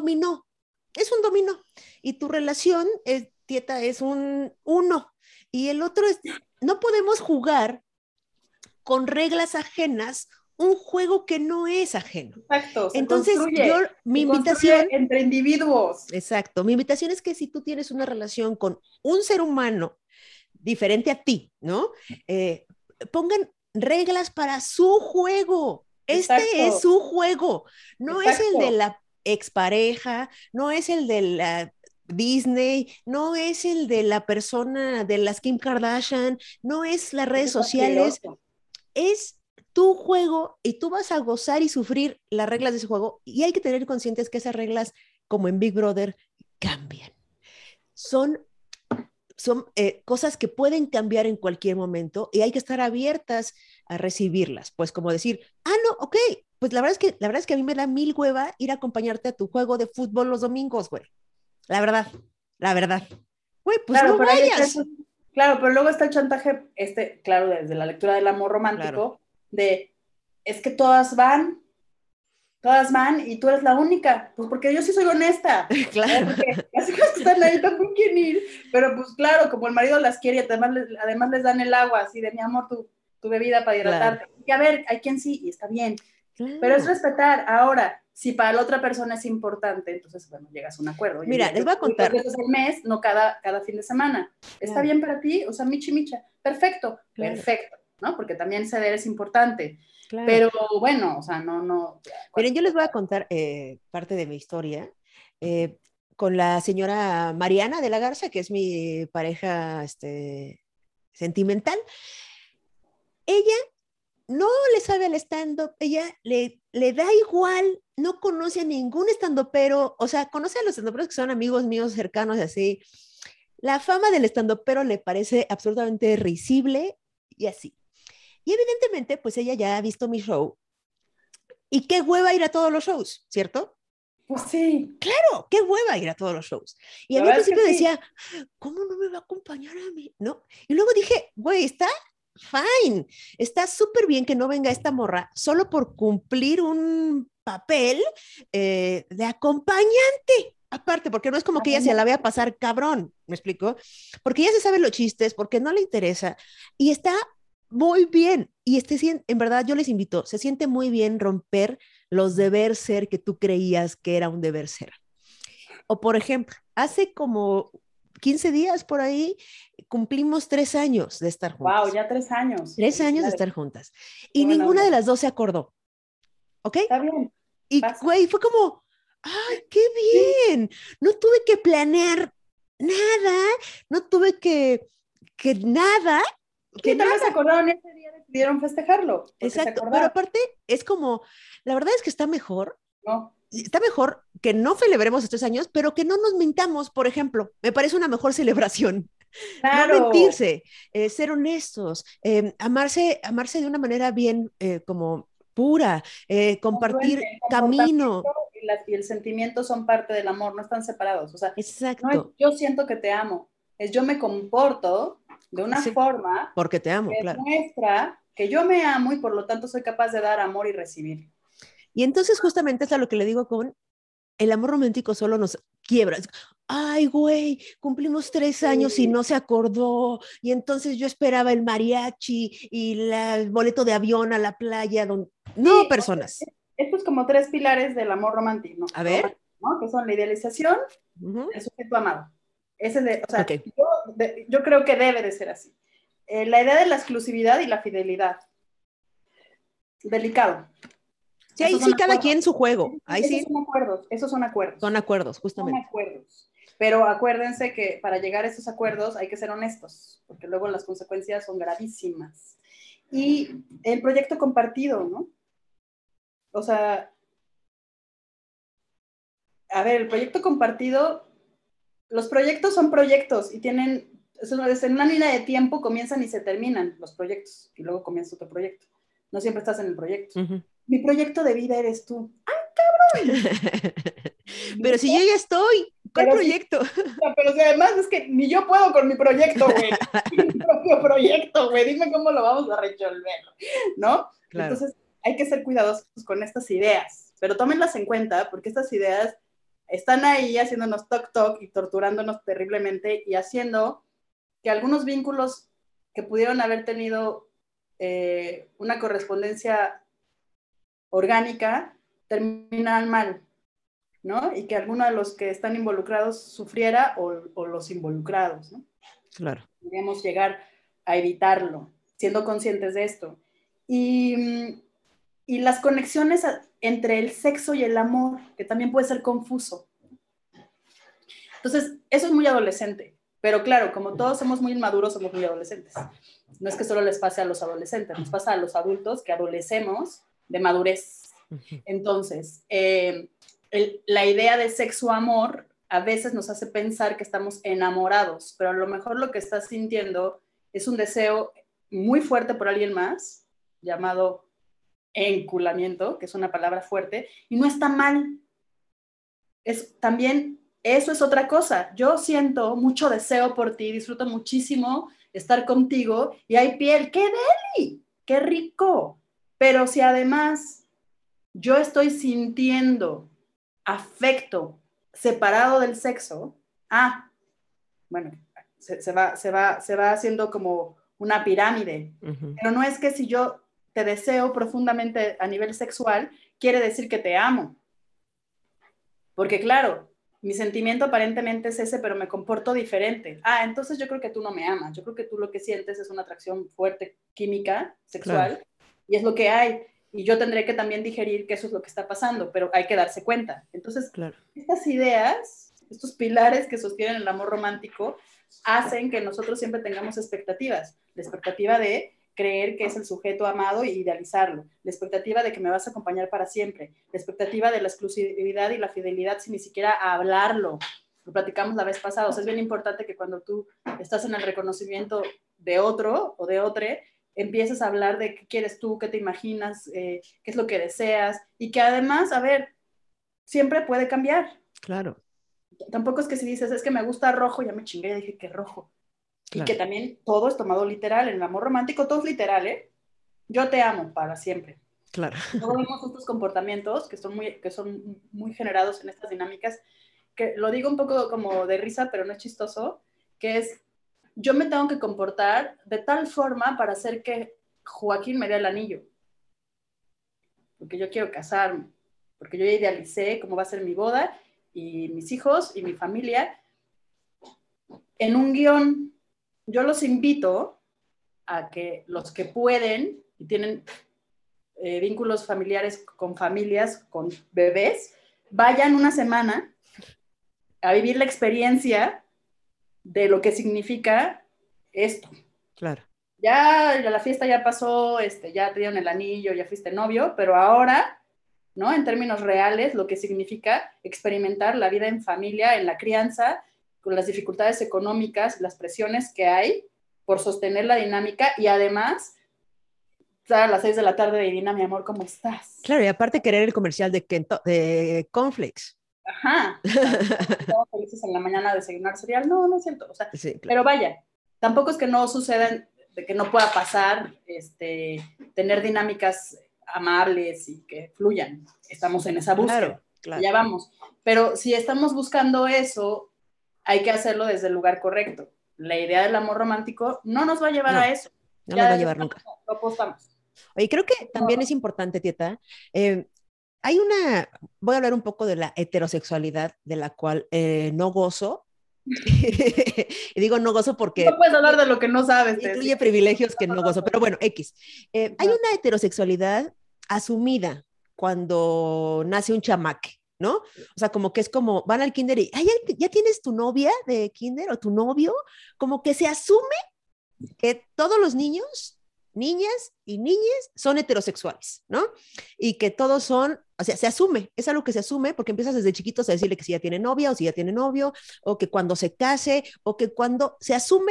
es un dominó. Y tu relación, Tieta, es un uno. Y el otro es, no podemos jugar con reglas ajenas un juego que no es ajeno. Exacto, Entonces, yo, mi se invitación, construye entre individuos. exacto, mi invitación es que si tú tienes una relación con un ser humano diferente a ti, ¿no? Pongan reglas para su juego. Este es Exacto, su juego, no es el de exacto. la expareja, no es el de la Disney, no es el de la persona de las Kim Kardashian, no es las Eso redes está sociales, peligroso. es tu juego y tú vas a gozar y sufrir las reglas de ese juego y hay que tener conscientes que esas reglas, como en Big Brother, cambian. Son, son cosas que pueden cambiar en cualquier momento y hay que estar abiertas a recibirlas. Pues como decir, no, ok, pues la verdad es que a mí me da mil hueva ir a acompañarte a tu juego de fútbol los domingos, güey. La verdad, la verdad. Güey, pues Claro, no pero ahí está vayas. claro, pero luego está el chantaje, claro, desde la lectura del amor Claro, romántico, de es que todas van y tú eres la única. Pues porque yo sí soy honesta. O claro, porque las hijas que están ahí tampoco quieren ir. Pero pues claro, como el marido las quiere y además les dan el agua, así de mi amor, tu bebida para claro, hidratarte. Y a ver, hay quien sí y está bien. Pero es claro. respetar. Ahora, si para la otra persona es importante, entonces, bueno, llegas a un acuerdo. Oye, Mira, mira, les yo voy a puedo ir dos contar. veces al mes, no cada fin de semana. ¿Está Claro, bien para ti? O sea, michi micha. Perfecto, claro, perfecto, ¿no? Porque también ceder es importante. claro. Pero bueno, o sea, no. Miren, yo les voy a contar parte de mi historia eh, con la señora Mariana de la Garza, que es mi pareja sentimental. Ella no le sabe al stand-up, ella le da igual, no conoce a ningún stand-upero, o sea, conoce a los stand-uperos que son amigos míos cercanos, así. La fama del stand-upero le parece absolutamente risible y así. Y evidentemente, pues ella ya ha visto mi show y qué hueva ir a todos los shows, ¿cierto? Pues sí, Claro, qué hueva ir a todos los shows. Y a la mí al verdad es que principio sí. decía, ¿cómo no me va a acompañar a mí? ¿No? Y luego dije, güey, está fine, está súper bien que no venga esta morra solo por cumplir un papel de acompañante. Aparte, porque no es como que ella se la vea pasar cabrón, ¿me explico? Porque ella se sabe los chistes, porque no le interesa y está muy bien. Y en verdad yo les invito, se siente muy bien romper los deber ser que tú creías que era un deber ser. O por ejemplo, hace como 15 días por ahí cumplimos 3 años de estar Wow, juntas. ya 3 años. 3 años de Felicidades. estar juntas. Qué Y buena ninguna de onda. las dos se acordó, ¿ok? Está bien, Y pasa. güey, fue como, ay, qué Sí, bien. No tuve que planear nada, no tuve que nada, que sí, tal vez se nada. acordaron ese día, decidieron festejarlo, porque se Exacto. Pero acordaron, aparte es como, la verdad es que ¿no? está mejor que no celebremos estos años, pero que no nos mintamos, por ejemplo. Me parece una mejor celebración. No Claro, mentirse, ser honestos, amarse de una manera bien como pura, congruente, compartir el comportamiento camino. y el sentimiento son parte del amor, no están separados. O sea, no es Exacto. yo siento que te amo, es yo me comporto de una Sí, forma porque te amo, que claro. demuestra que yo me amo y por lo tanto soy capaz de dar amor y recibir. Y entonces justamente es a lo que le digo con el amor romántico solo nos quiebra. Ay, güey, cumplimos 3 años y Sí, no se acordó. Y entonces yo esperaba el mariachi y el boleto de avión a la playa. No, sí, o sea, personas. estos como tres pilares del amor A ver. romántico, ¿no? Que son la idealización, Uh-huh. el sujeto amado. Ese de, o Ok. sea, yo creo que debe de ser así. La idea de la exclusividad y la fidelidad. Delicado. Sí, ahí sí, cada quien su juego. Ahí esos sí. Son acuerdos, esos son acuerdos. Son acuerdos, justamente. Son acuerdos. Pero acuérdense que para llegar a esos acuerdos hay que ser honestos, porque luego las consecuencias son gravísimas. Y el proyecto compartido, ¿no? O sea, a ver, el proyecto compartido, los proyectos son proyectos y tienen, en una línea de tiempo comienzan y se terminan los proyectos y luego comienza otro proyecto. No siempre estás en el proyecto. Mi proyecto de vida eres tú. ¡Ay, cabrón! Pero si yo ya estoy, ¿cuál proyecto? Pero si además es que ni yo puedo con mi proyecto, güey. Mi propio proyecto, güey. Dime cómo lo vamos a resolver, ¿no? Claro. Entonces, hay que ser cuidadosos con estas ideas, pero tómenlas en cuenta porque estas ideas están ahí haciéndonos toc y torturándonos terriblemente y haciendo que algunos vínculos que pudieron haber tenido una correspondencia orgánica terminan mal, ¿no? Y que alguno de los que están involucrados sufriera o los involucrados, ¿no? Claro. Podríamos llegar a evitarlo, siendo conscientes de esto. Y las conexiones entre el sexo y el amor, que también puede ser confuso. Entonces, eso es muy adolescente, pero claro, como todos somos muy inmaduros, somos muy adolescentes. No es que solo les pase a los adolescentes, nos pasa a los adultos que adolecemos de madurez. Entonces, la idea de sexo-amor a veces nos hace pensar que estamos enamorados, pero a lo mejor lo que estás sintiendo es un deseo muy fuerte por alguien más, llamado enculamiento, que es una palabra fuerte, y no está mal. También eso es otra cosa. Yo siento mucho deseo por ti, disfruto muchísimo estar contigo y hay piel. ¡Qué deli! ¡Qué rico! Pero si además yo estoy sintiendo afecto separado del sexo, bueno, se va haciendo como una pirámide. Pero no es que si yo te deseo profundamente a nivel sexual, quiere decir que te amo. Porque claro, mi sentimiento aparentemente es ese, pero me comporto diferente. Entonces yo creo que tú no me amas. Yo creo que tú lo que sientes es una atracción fuerte química, sexual, claro. Y es lo que hay. Y yo tendré que también digerir que eso es lo que está pasando, pero hay que darse cuenta. Entonces, claro. Estas ideas, estos pilares que sostienen el amor romántico, hacen que nosotros siempre tengamos expectativas. La expectativa de creer que es el sujeto amado e idealizarlo, la expectativa de que me vas a acompañar para siempre, la expectativa de la exclusividad y la fidelidad sin ni siquiera hablarlo. Lo platicamos la vez pasada. O sea, es bien importante que cuando tú estás en el reconocimiento de otro o de otre, empieces a hablar de qué quieres tú, qué te imaginas, qué es lo que deseas, y que además, a ver, siempre puede cambiar. Claro. Tampoco es que si dices, es que me gusta rojo, ya me chingué, ya dije que rojo. Claro. Y que también todo es tomado literal. En el amor romántico todo es literal, ¿eh? Yo te amo para siempre. Claro. Luego vemos estos comportamientos que son muy generados en estas dinámicas, que lo digo un poco como de risa, pero no es chistoso, que es, yo me tengo que comportar de tal forma para hacer que Joaquín me dé el anillo. Porque yo quiero casarme, porque yo ya idealicé cómo va a ser mi boda y mis hijos y mi familia en un guión. Yo los invito a que los que pueden y tienen vínculos familiares con familias, con bebés, vayan una semana a vivir la experiencia de lo que significa esto. Claro. Ya la fiesta ya pasó, ya te dieron el anillo, ya fuiste novio, pero ahora, ¿no? En términos reales, lo que significa experimentar la vida en familia, en la crianza, con las dificultades económicas, las presiones que hay por sostener la dinámica y además a las 6 de la tarde, Divina, mi amor, ¿cómo estás? Claro, y aparte querer el comercial de Cornflakes. Ajá. Estamos felices en la mañana a desayunar cereal. No, no es cierto. O sea, sí, claro. Pero vaya, tampoco es que no sucedan, de que no pueda pasar, tener dinámicas amables y que fluyan. Estamos en esa búsqueda. Claro, claro. Ya vamos. Pero si estamos buscando eso, hay que hacerlo desde el lugar correcto. La idea del amor romántico no nos va a llevar a eso. No nos va a llevar nunca. Lo apostamos. Oye, creo que también es importante, Tieta, voy a hablar un poco de la heterosexualidad, de la cual no gozo, y digo no gozo porque... No puedes hablar de lo que no sabes. Incluye privilegios que no gozo, pero bueno, X. Hay una heterosexualidad asumida cuando nace un chamaque, ¿no? O sea, como que es como, van al kinder y, ay, ¿ya tienes tu novia de kinder o tu novio? Como que se asume que todos los niños, niñas y niñas son heterosexuales, ¿no? Y que todos son, o sea, se asume, es algo que se asume porque empiezas desde chiquitos a decirle que si ya tiene novia o si ya tiene novio, o que cuando se case, o que cuando se asume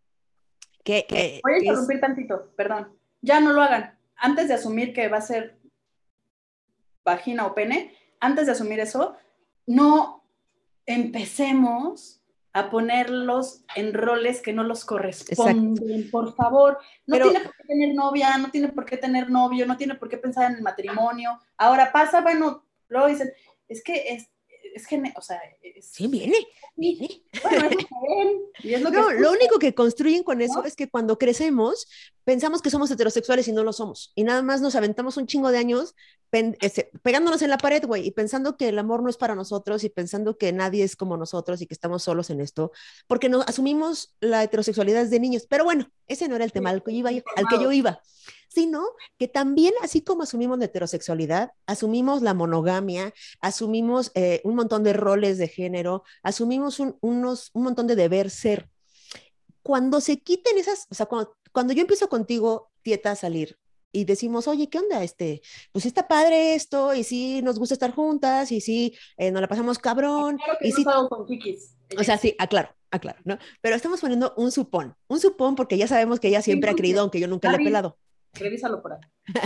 Voy a que es... interrumpir tantito, perdón. Ya no lo hagan. Antes de asumir que va a ser vagina o pene, antes de asumir eso, no empecemos a ponerlos en roles que no los corresponden, Exacto. por favor. No Pero tiene por qué tener novia, no tiene por qué tener novio, no tiene por qué pensar en el matrimonio. Ahora pasa, bueno, luego dicen, es que o sea, sí, viene, sí. viene. Bueno, es lo que ven y es lo que No, lo escuchan, único que construyen con eso ¿no? es que cuando crecemos pensamos que somos heterosexuales y no lo somos. Y nada más nos aventamos un chingo de años pegándonos en la pared, güey, y pensando que el amor no es para nosotros y pensando que nadie es como nosotros y que estamos solos en esto, porque nos asumimos la heterosexualidad desde niños. Pero bueno, ese no era el tema al que yo Informados. iba, sino que también, así como asumimos la heterosexualidad, asumimos la monogamia, asumimos un montón de roles de género, asumimos un montón de deber ser. Cuando se quiten esas, o sea, cuando yo empiezo contigo, Tieta, a salir y decimos, oye, ¿qué onda? Pues está padre esto, y sí nos gusta estar juntas, y sí nos la pasamos cabrón, Claro que y no sí, salgo con kikis. o sea, sí, aclaro, aclaro, ¿no? Pero estamos poniendo un supón porque ya sabemos que ella ¿Qué siempre ha incluye? querido, aunque yo nunca le he David, pelado. revísalo por ahí.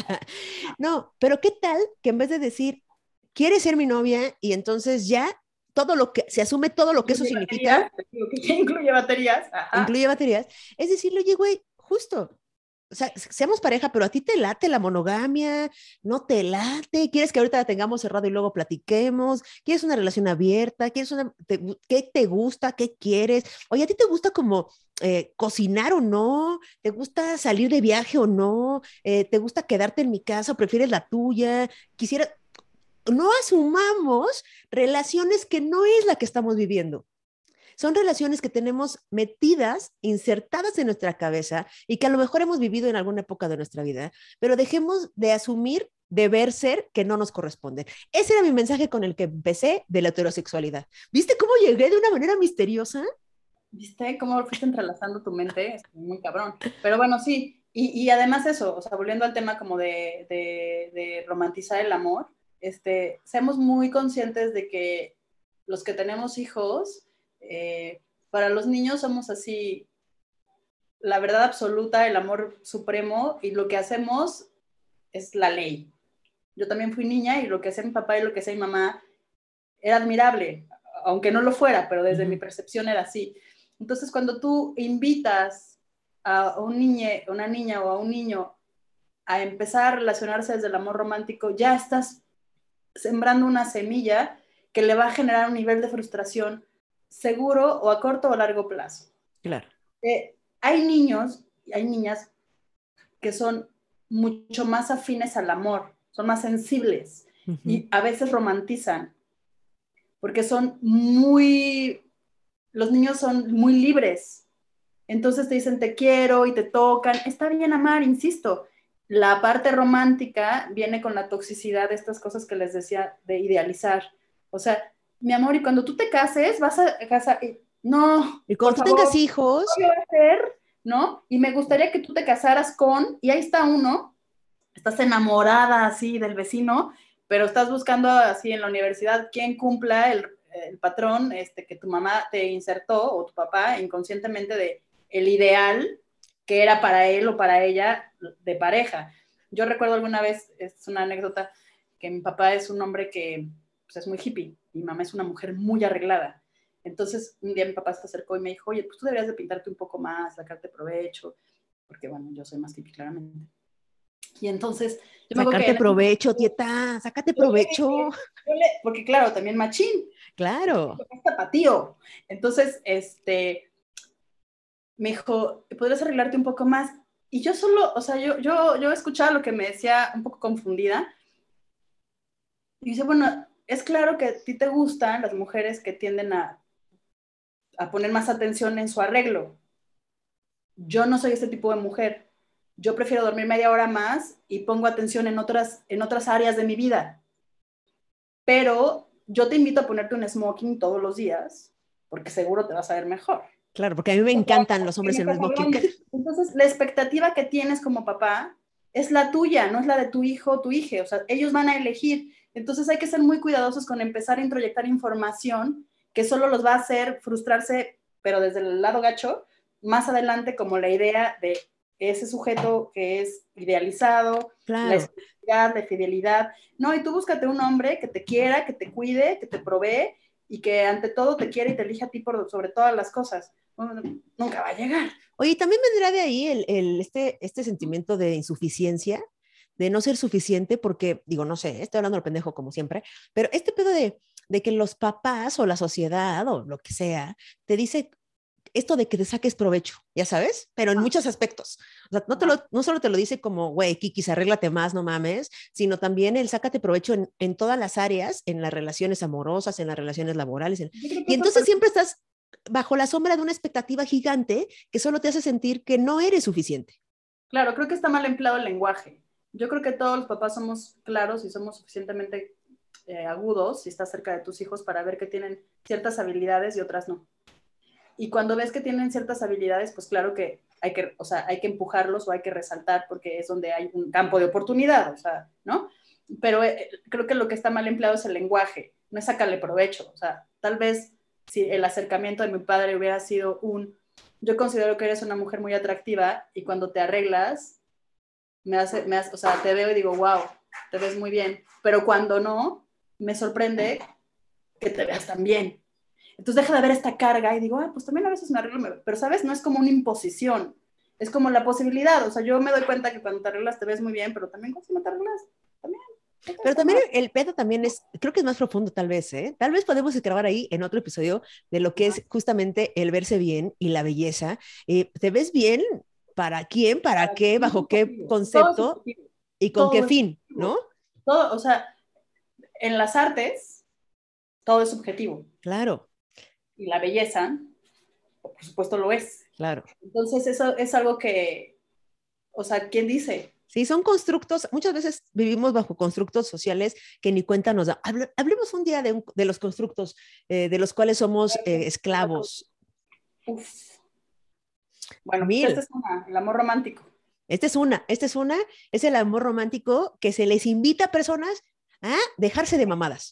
No, pero ¿qué tal que en vez de decir, quieres ser mi novia y entonces ya todo lo que, se asume todo lo que eso Incluye baterías, significa, te digo que ya incluye baterías, ajá. incluye baterías, es decirle, oye, güey, justo, o sea, seamos pareja, pero a ti te late la monogamia, no te late, quieres que ahorita la tengamos cerrado y luego platiquemos, quieres una relación abierta, ¿qué te gusta, qué quieres? Oye, ¿a ti te gusta como cocinar o no? ¿Te gusta salir de viaje o no? ¿Te gusta quedarte en mi casa o prefieres la tuya? Quisiera, no asumamos relaciones que no es la que estamos viviendo. Son relaciones que tenemos metidas, insertadas en nuestra cabeza y que a lo mejor hemos vivido en alguna época de nuestra vida, pero dejemos de asumir deber ser que no nos corresponde. Ese era mi mensaje con el que empecé de la heterosexualidad. ¿Viste cómo llegué de una manera misteriosa? ¿Viste cómo fuiste entrelazando tu mente? Es muy cabrón. Pero bueno, sí. Y además eso, o sea, volviendo al tema como de romantizar el amor, seamos muy conscientes de que los que tenemos hijos, para los niños somos así, la verdad absoluta, el amor supremo, y lo que hacemos es la ley. Yo también fui niña y lo que hacía mi papá y lo que hacía mi mamá era admirable, aunque no lo fuera, pero desde mi percepción era así. Entonces, cuando tú invitas a una niña o a un niño a empezar a relacionarse desde el amor romántico, ya estás sembrando una semilla que le va a generar un nivel de frustración seguro o a corto o a largo plazo. Claro. Hay niños y hay niñas que son mucho más afines al amor, son más sensibles Uh -huh. y a veces romantizan porque son muy, los niños son muy libres. Entonces te dicen te quiero y te tocan. Está bien amar, insisto. La parte romántica viene con la toxicidad de estas cosas que les decía de idealizar. O sea, mi amor, y cuando tú te cases, vas a casar. No, Y por cuando tú tengas favor, hijos, ¿qué va a hacer? ¿No? Y me gustaría que tú te casaras con, y ahí está uno, estás enamorada así del vecino, pero estás buscando así en la universidad quién cumpla el patrón que tu mamá te insertó o tu papá inconscientemente de el ideal que era para él o para ella de pareja. Yo recuerdo alguna vez, es una anécdota, que mi papá es un hombre que pues, es muy hippie, mi mamá es una mujer muy arreglada. Entonces, un día mi papá se acercó y me dijo, oye, pues tú deberías de pintarte un poco más, sacarte provecho, porque bueno, yo soy más hippie claramente. Y entonces, yo me acuerdo que sacarte en ese provecho, momento, tieta, sácate yo le provecho. dije, porque claro, también machín, Claro. es tapatío. Entonces, me dijo, ¿podrías arreglarte un poco más? Y yo solo, o sea, yo escuchaba lo que me decía un poco confundida. Y dice, bueno, es claro que a ti te gustan las mujeres que tienden a poner más atención en su arreglo. Yo no soy ese tipo de mujer. yo prefiero dormir media hora más y pongo atención en otras áreas de mi vida. Pero yo te invito a ponerte un smoking todos los días, porque seguro te vas a ver mejor. Claro, porque a mí me encantan los hombres en un smoking. Entonces, la expectativa que tienes como papá es la tuya, no es la de tu hijo o tu hija. O sea, ellos van a elegir. Entonces, hay que ser muy cuidadosos con empezar a introyectar información que solo los va a hacer frustrarse, pero desde el lado gacho, más adelante, como la idea de ese sujeto que es idealizado, claro. la estabilidad, la fidelidad. No, y tú búscate un hombre que te quiera, que te cuide, que te provee y que ante todo te quiere y te elija a ti sobre todas las cosas. Nunca va a llegar. Oye, también vendrá de ahí este sentimiento de insuficiencia, de no ser suficiente, porque, digo, no sé, estoy hablando del pendejo como siempre, pero este pedo de que los papás o la sociedad o lo que sea, te dice esto de que te saques provecho, ya sabes, pero en muchos aspectos. O sea, no solo te lo dice como, güey, Kikis, arréglate más, no mames, sino también el sácate provecho en todas las áreas, en las relaciones amorosas, en las relaciones laborales. Y entonces siempre estás bajo la sombra de una expectativa gigante que solo te hace sentir que no eres suficiente. Claro, creo que está mal empleado el lenguaje. Yo creo que todos los papás somos claros y somos suficientemente agudos si estás cerca de tus hijos para ver que tienen ciertas habilidades y otras no. Y cuando ves que tienen ciertas habilidades, pues claro que hay que, o sea, hay que empujarlos o hay que resaltar porque es donde hay un campo de oportunidad, o sea, ¿no? Pero creo que lo que está mal empleado es el lenguaje, no es sacarle provecho, o sea, tal vez si el acercamiento de mi padre hubiera sido yo considero que eres una mujer muy atractiva y cuando te arreglas, o sea, te veo y digo, wow, te ves muy bien, pero cuando no, me sorprende que te veas tan bien. Entonces deja de haber esta carga y digo, pues también a veces me arreglo, pero sabes, no es como una imposición, es como la posibilidad, o sea, yo me doy cuenta que cuando te arreglas te ves muy bien, pero también cuando no te arreglas, también. Pero también el pedo también es, creo que es más profundo tal vez, ¿eh? Tal vez podemos grabar ahí en otro episodio de lo que es justamente el verse bien y la belleza. ¿Te ves bien? ¿Para quién? ¿Para qué? ¿Bajo qué concepto? ¿Y con qué fin? ¿No? Todo, o sea, en las artes, todo es subjetivo. Claro. Y la belleza, por supuesto, lo es. Claro. Entonces, eso es algo que, o sea, ¿quién dice? Sí, son constructos, muchas veces vivimos bajo constructos sociales que ni cuenta nos da. Hablemos un día de los constructos de los cuales somos esclavos. Uf. Bueno, pues esta Mil. es el amor romántico. Esta es es el amor romántico que se les invita a personas a dejarse de mamadas.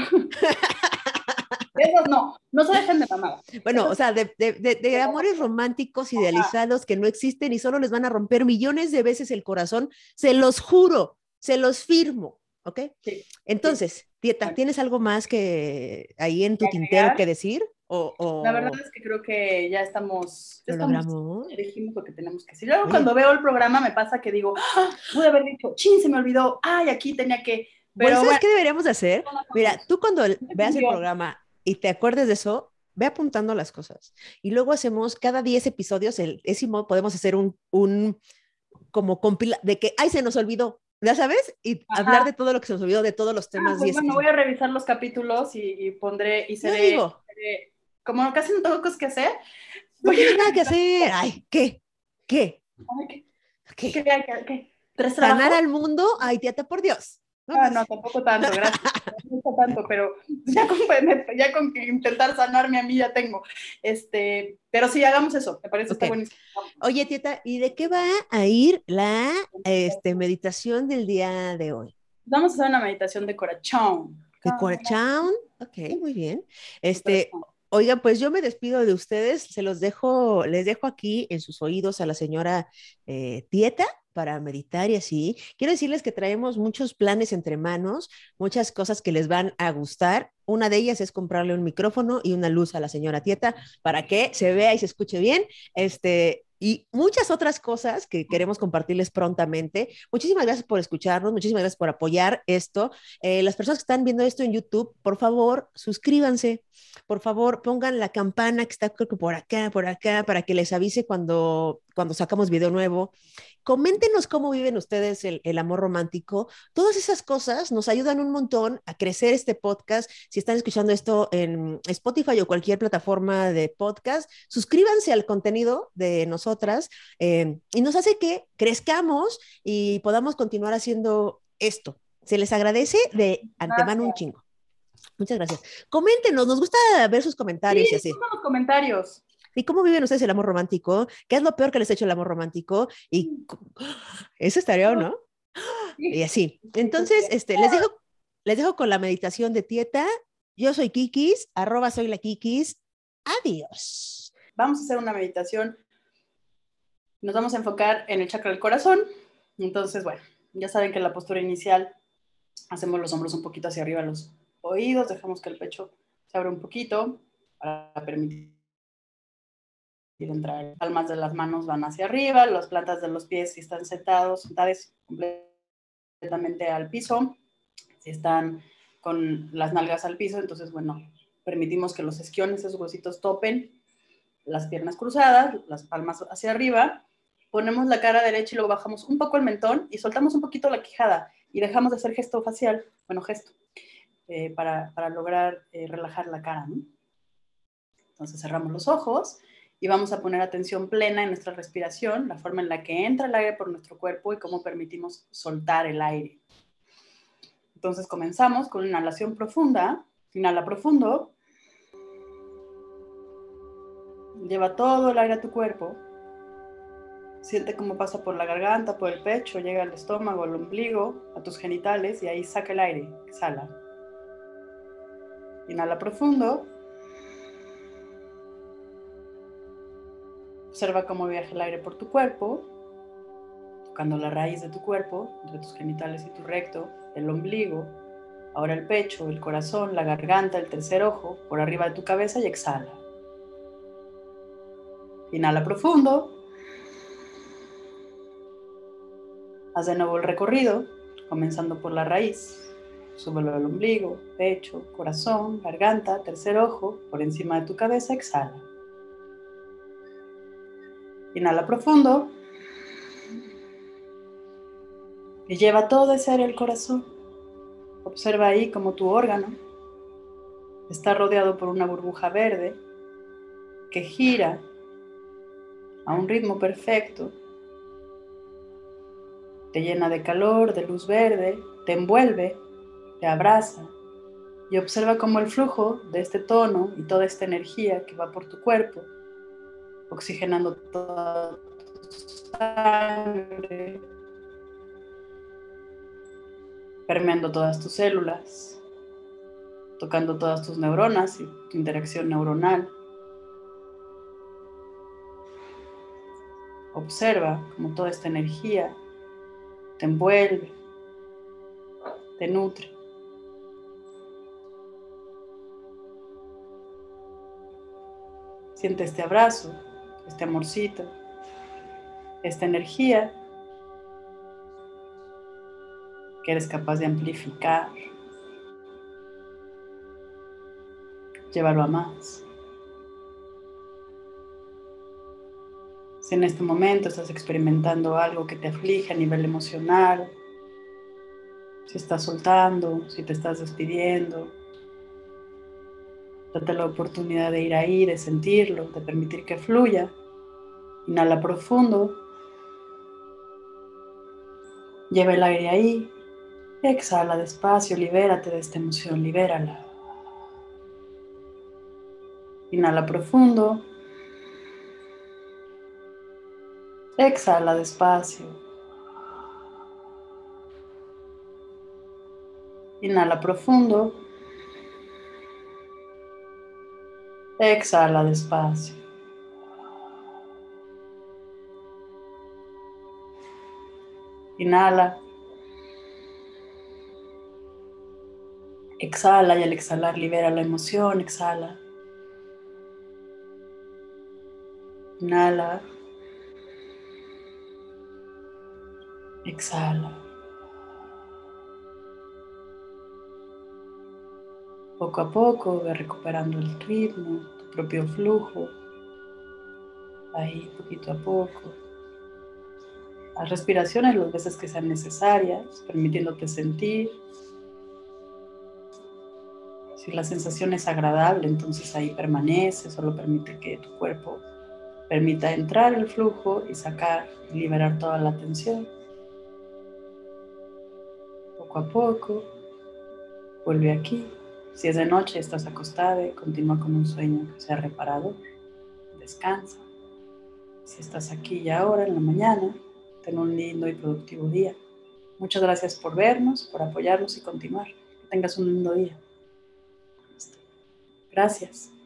Esos no se dejen de mamadas. Bueno, o sea, de amores románticos idealizados que no existen y solo les van a romper millones de veces el corazón, se los juro, se los firmo, ¿ok? Sí, Entonces, sí. Tieta, Bueno, ¿tienes algo más que ahí en tu tintero que decir? La verdad es que creo que ya estamos, ¿Lo logramos? ya dijimos lo que tenemos que decir. Luego Oye, cuando veo el programa me pasa que digo, pude haber dicho, chin, se me olvidó, ay, aquí tenía que, güey, pero ¿sabes bueno. qué deberíamos hacer? Mira, tú cuando veas el programa y te acuerdes de eso, ve apuntando las cosas. Y luego hacemos cada 10 episodios, el décimo, podemos hacer un como compila de que, ay, se nos olvidó, ¿ya sabes? Y hablar de todo lo que se nos olvidó, de todos los temas. Pues bueno, voy a revisar los capítulos y pondré, y Yo digo, como casi no tengo cosas que hacer, no voy tienes a nada que hacer. Ay, ¿qué? ¿Qué? ¿qué? ¿Qué? ¿Qué? ¿Tres ¿Sanar trabajos? al mundo? Ay, tía, por Dios. No, tampoco tanto, gracias. No tanto, pero ya con que intentar sanarme a mí ya tengo. Pero sí, hagamos eso, me parece Ok. está buenísimo. Oye, Tieta, ¿y de qué va a ir la meditación del día de hoy? Vamos a hacer una meditación de corazón. ¿De Corachown? Ok, muy bien. De corazón. Oiga, pues yo me despido de ustedes, les dejo aquí en sus oídos a la señora Tieta para meditar y así. Quiero decirles que traemos muchos planes entre manos, muchas cosas que les van a gustar. Una de ellas es comprarle un micrófono y una luz a la señora Tieta para que se vea y se escuche bien. Y muchas otras cosas que queremos compartirles prontamente. Muchísimas gracias por escucharnos, muchísimas gracias por apoyar esto. Las personas que están viendo esto en YouTube, por favor, suscríbanse, por favor, pongan la campana que está creo que por acá, para que les avise cuando sacamos video nuevo. Coméntenos cómo viven ustedes el amor romántico. Todas esas cosas nos ayudan un montón a crecer este podcast. Si están escuchando esto en Spotify o cualquier plataforma de podcast, suscríbanse al contenido de nosotras y nos hace que crezcamos y podamos continuar haciendo esto. Se les agradece de antemano un Gracias. chingo. Muchas gracias. Coméntenos, nos gusta ver sus comentarios y Sí, así. pongan los comentarios. ¿Y cómo viven ustedes el amor romántico? ¿Qué es lo peor que les ha hecho el amor romántico? Y eso estaría, ¿o no? Y Sí, así. sí, sí, Entonces, sí. les dejo con la meditación de Tieta. Yo soy Kikis, @soy la Kikis. Adiós. Vamos a hacer una meditación. Nos vamos a enfocar en el chakra del corazón. Entonces, bueno, ya saben que en la postura inicial hacemos los hombros un poquito hacia arriba, los oídos, dejamos que el pecho se abra un poquito para permitir entrar. Las palmas de las manos van hacia arriba, las plantas de los pies si están sentadas completamente al piso. Si están con las nalgas al piso, entonces, bueno, permitimos que los esquiones, esos huesitos, topen las piernas cruzadas, las palmas hacia arriba, ponemos la cara derecha y luego bajamos un poco el mentón y soltamos un poquito la quijada y dejamos de hacer gesto facial, para lograr relajar la cara, ¿no? Entonces cerramos los ojos y vamos a poner atención plena en nuestra respiración, la forma en la que entra el aire por nuestro cuerpo y cómo permitimos soltar el aire. Entonces comenzamos con una inhalación profunda. Inhala profundo. Lleva todo el aire a tu cuerpo. Siente cómo pasa por la garganta, por el pecho, llega al estómago, al ombligo, a tus genitales y ahí saca el aire. Exhala. Inhala profundo. Observa cómo viaja el aire por tu cuerpo, tocando la raíz de tu cuerpo, entre tus genitales y tu recto, el ombligo, ahora el pecho, el corazón, la garganta, el tercer ojo, por arriba de tu cabeza y exhala. Inhala profundo. Haz de nuevo el recorrido, comenzando por la raíz. Súbelo al ombligo, pecho, corazón, garganta, tercer ojo, por encima de tu cabeza, exhala. Inhala profundo. Y lleva todo ese aire al corazón. Observa ahí cómo tu órgano está rodeado por una burbuja verde que gira a un ritmo perfecto. Te llena de calor, de luz verde, te envuelve, te abraza y observa cómo el flujo de este tono y toda esta energía que va por tu cuerpo, oxigenando toda tu sangre, permeando todas tus células, tocando todas tus neuronas y tu interacción neuronal. Observa cómo toda esta energía te envuelve, te nutre. Siente este abrazo, este amorcito, esta energía que eres capaz de amplificar, llevarlo a más. Si en este momento estás experimentando algo que te aflige a nivel emocional, si estás soltando, si te estás despidiendo, date la oportunidad de ir ahí, de sentirlo, de permitir que fluya. Inhala profundo, lleva el aire ahí, exhala despacio, libérate de esta emoción, libérala. Inhala profundo, exhala despacio. Inhala profundo, exhala despacio. Inhala, exhala y al exhalar libera la emoción, exhala. Inhala, exhala. Poco a poco ve recuperando el ritmo, tu propio flujo, ahí poquito a poco. Haz respiraciones las veces que sean necesarias, permitiéndote sentir. Si la sensación es agradable, entonces ahí permanece, solo permite que tu cuerpo permita entrar el flujo y sacar y liberar toda la tensión. Poco a poco, vuelve aquí. Si es de noche, estás acostada y continúa con un sueño que sea reparador. Descansa. Si estás aquí y ahora, en la mañana, ten un lindo y productivo día. Muchas gracias por vernos, por apoyarnos y continuar. Que tengas un lindo día. Gracias.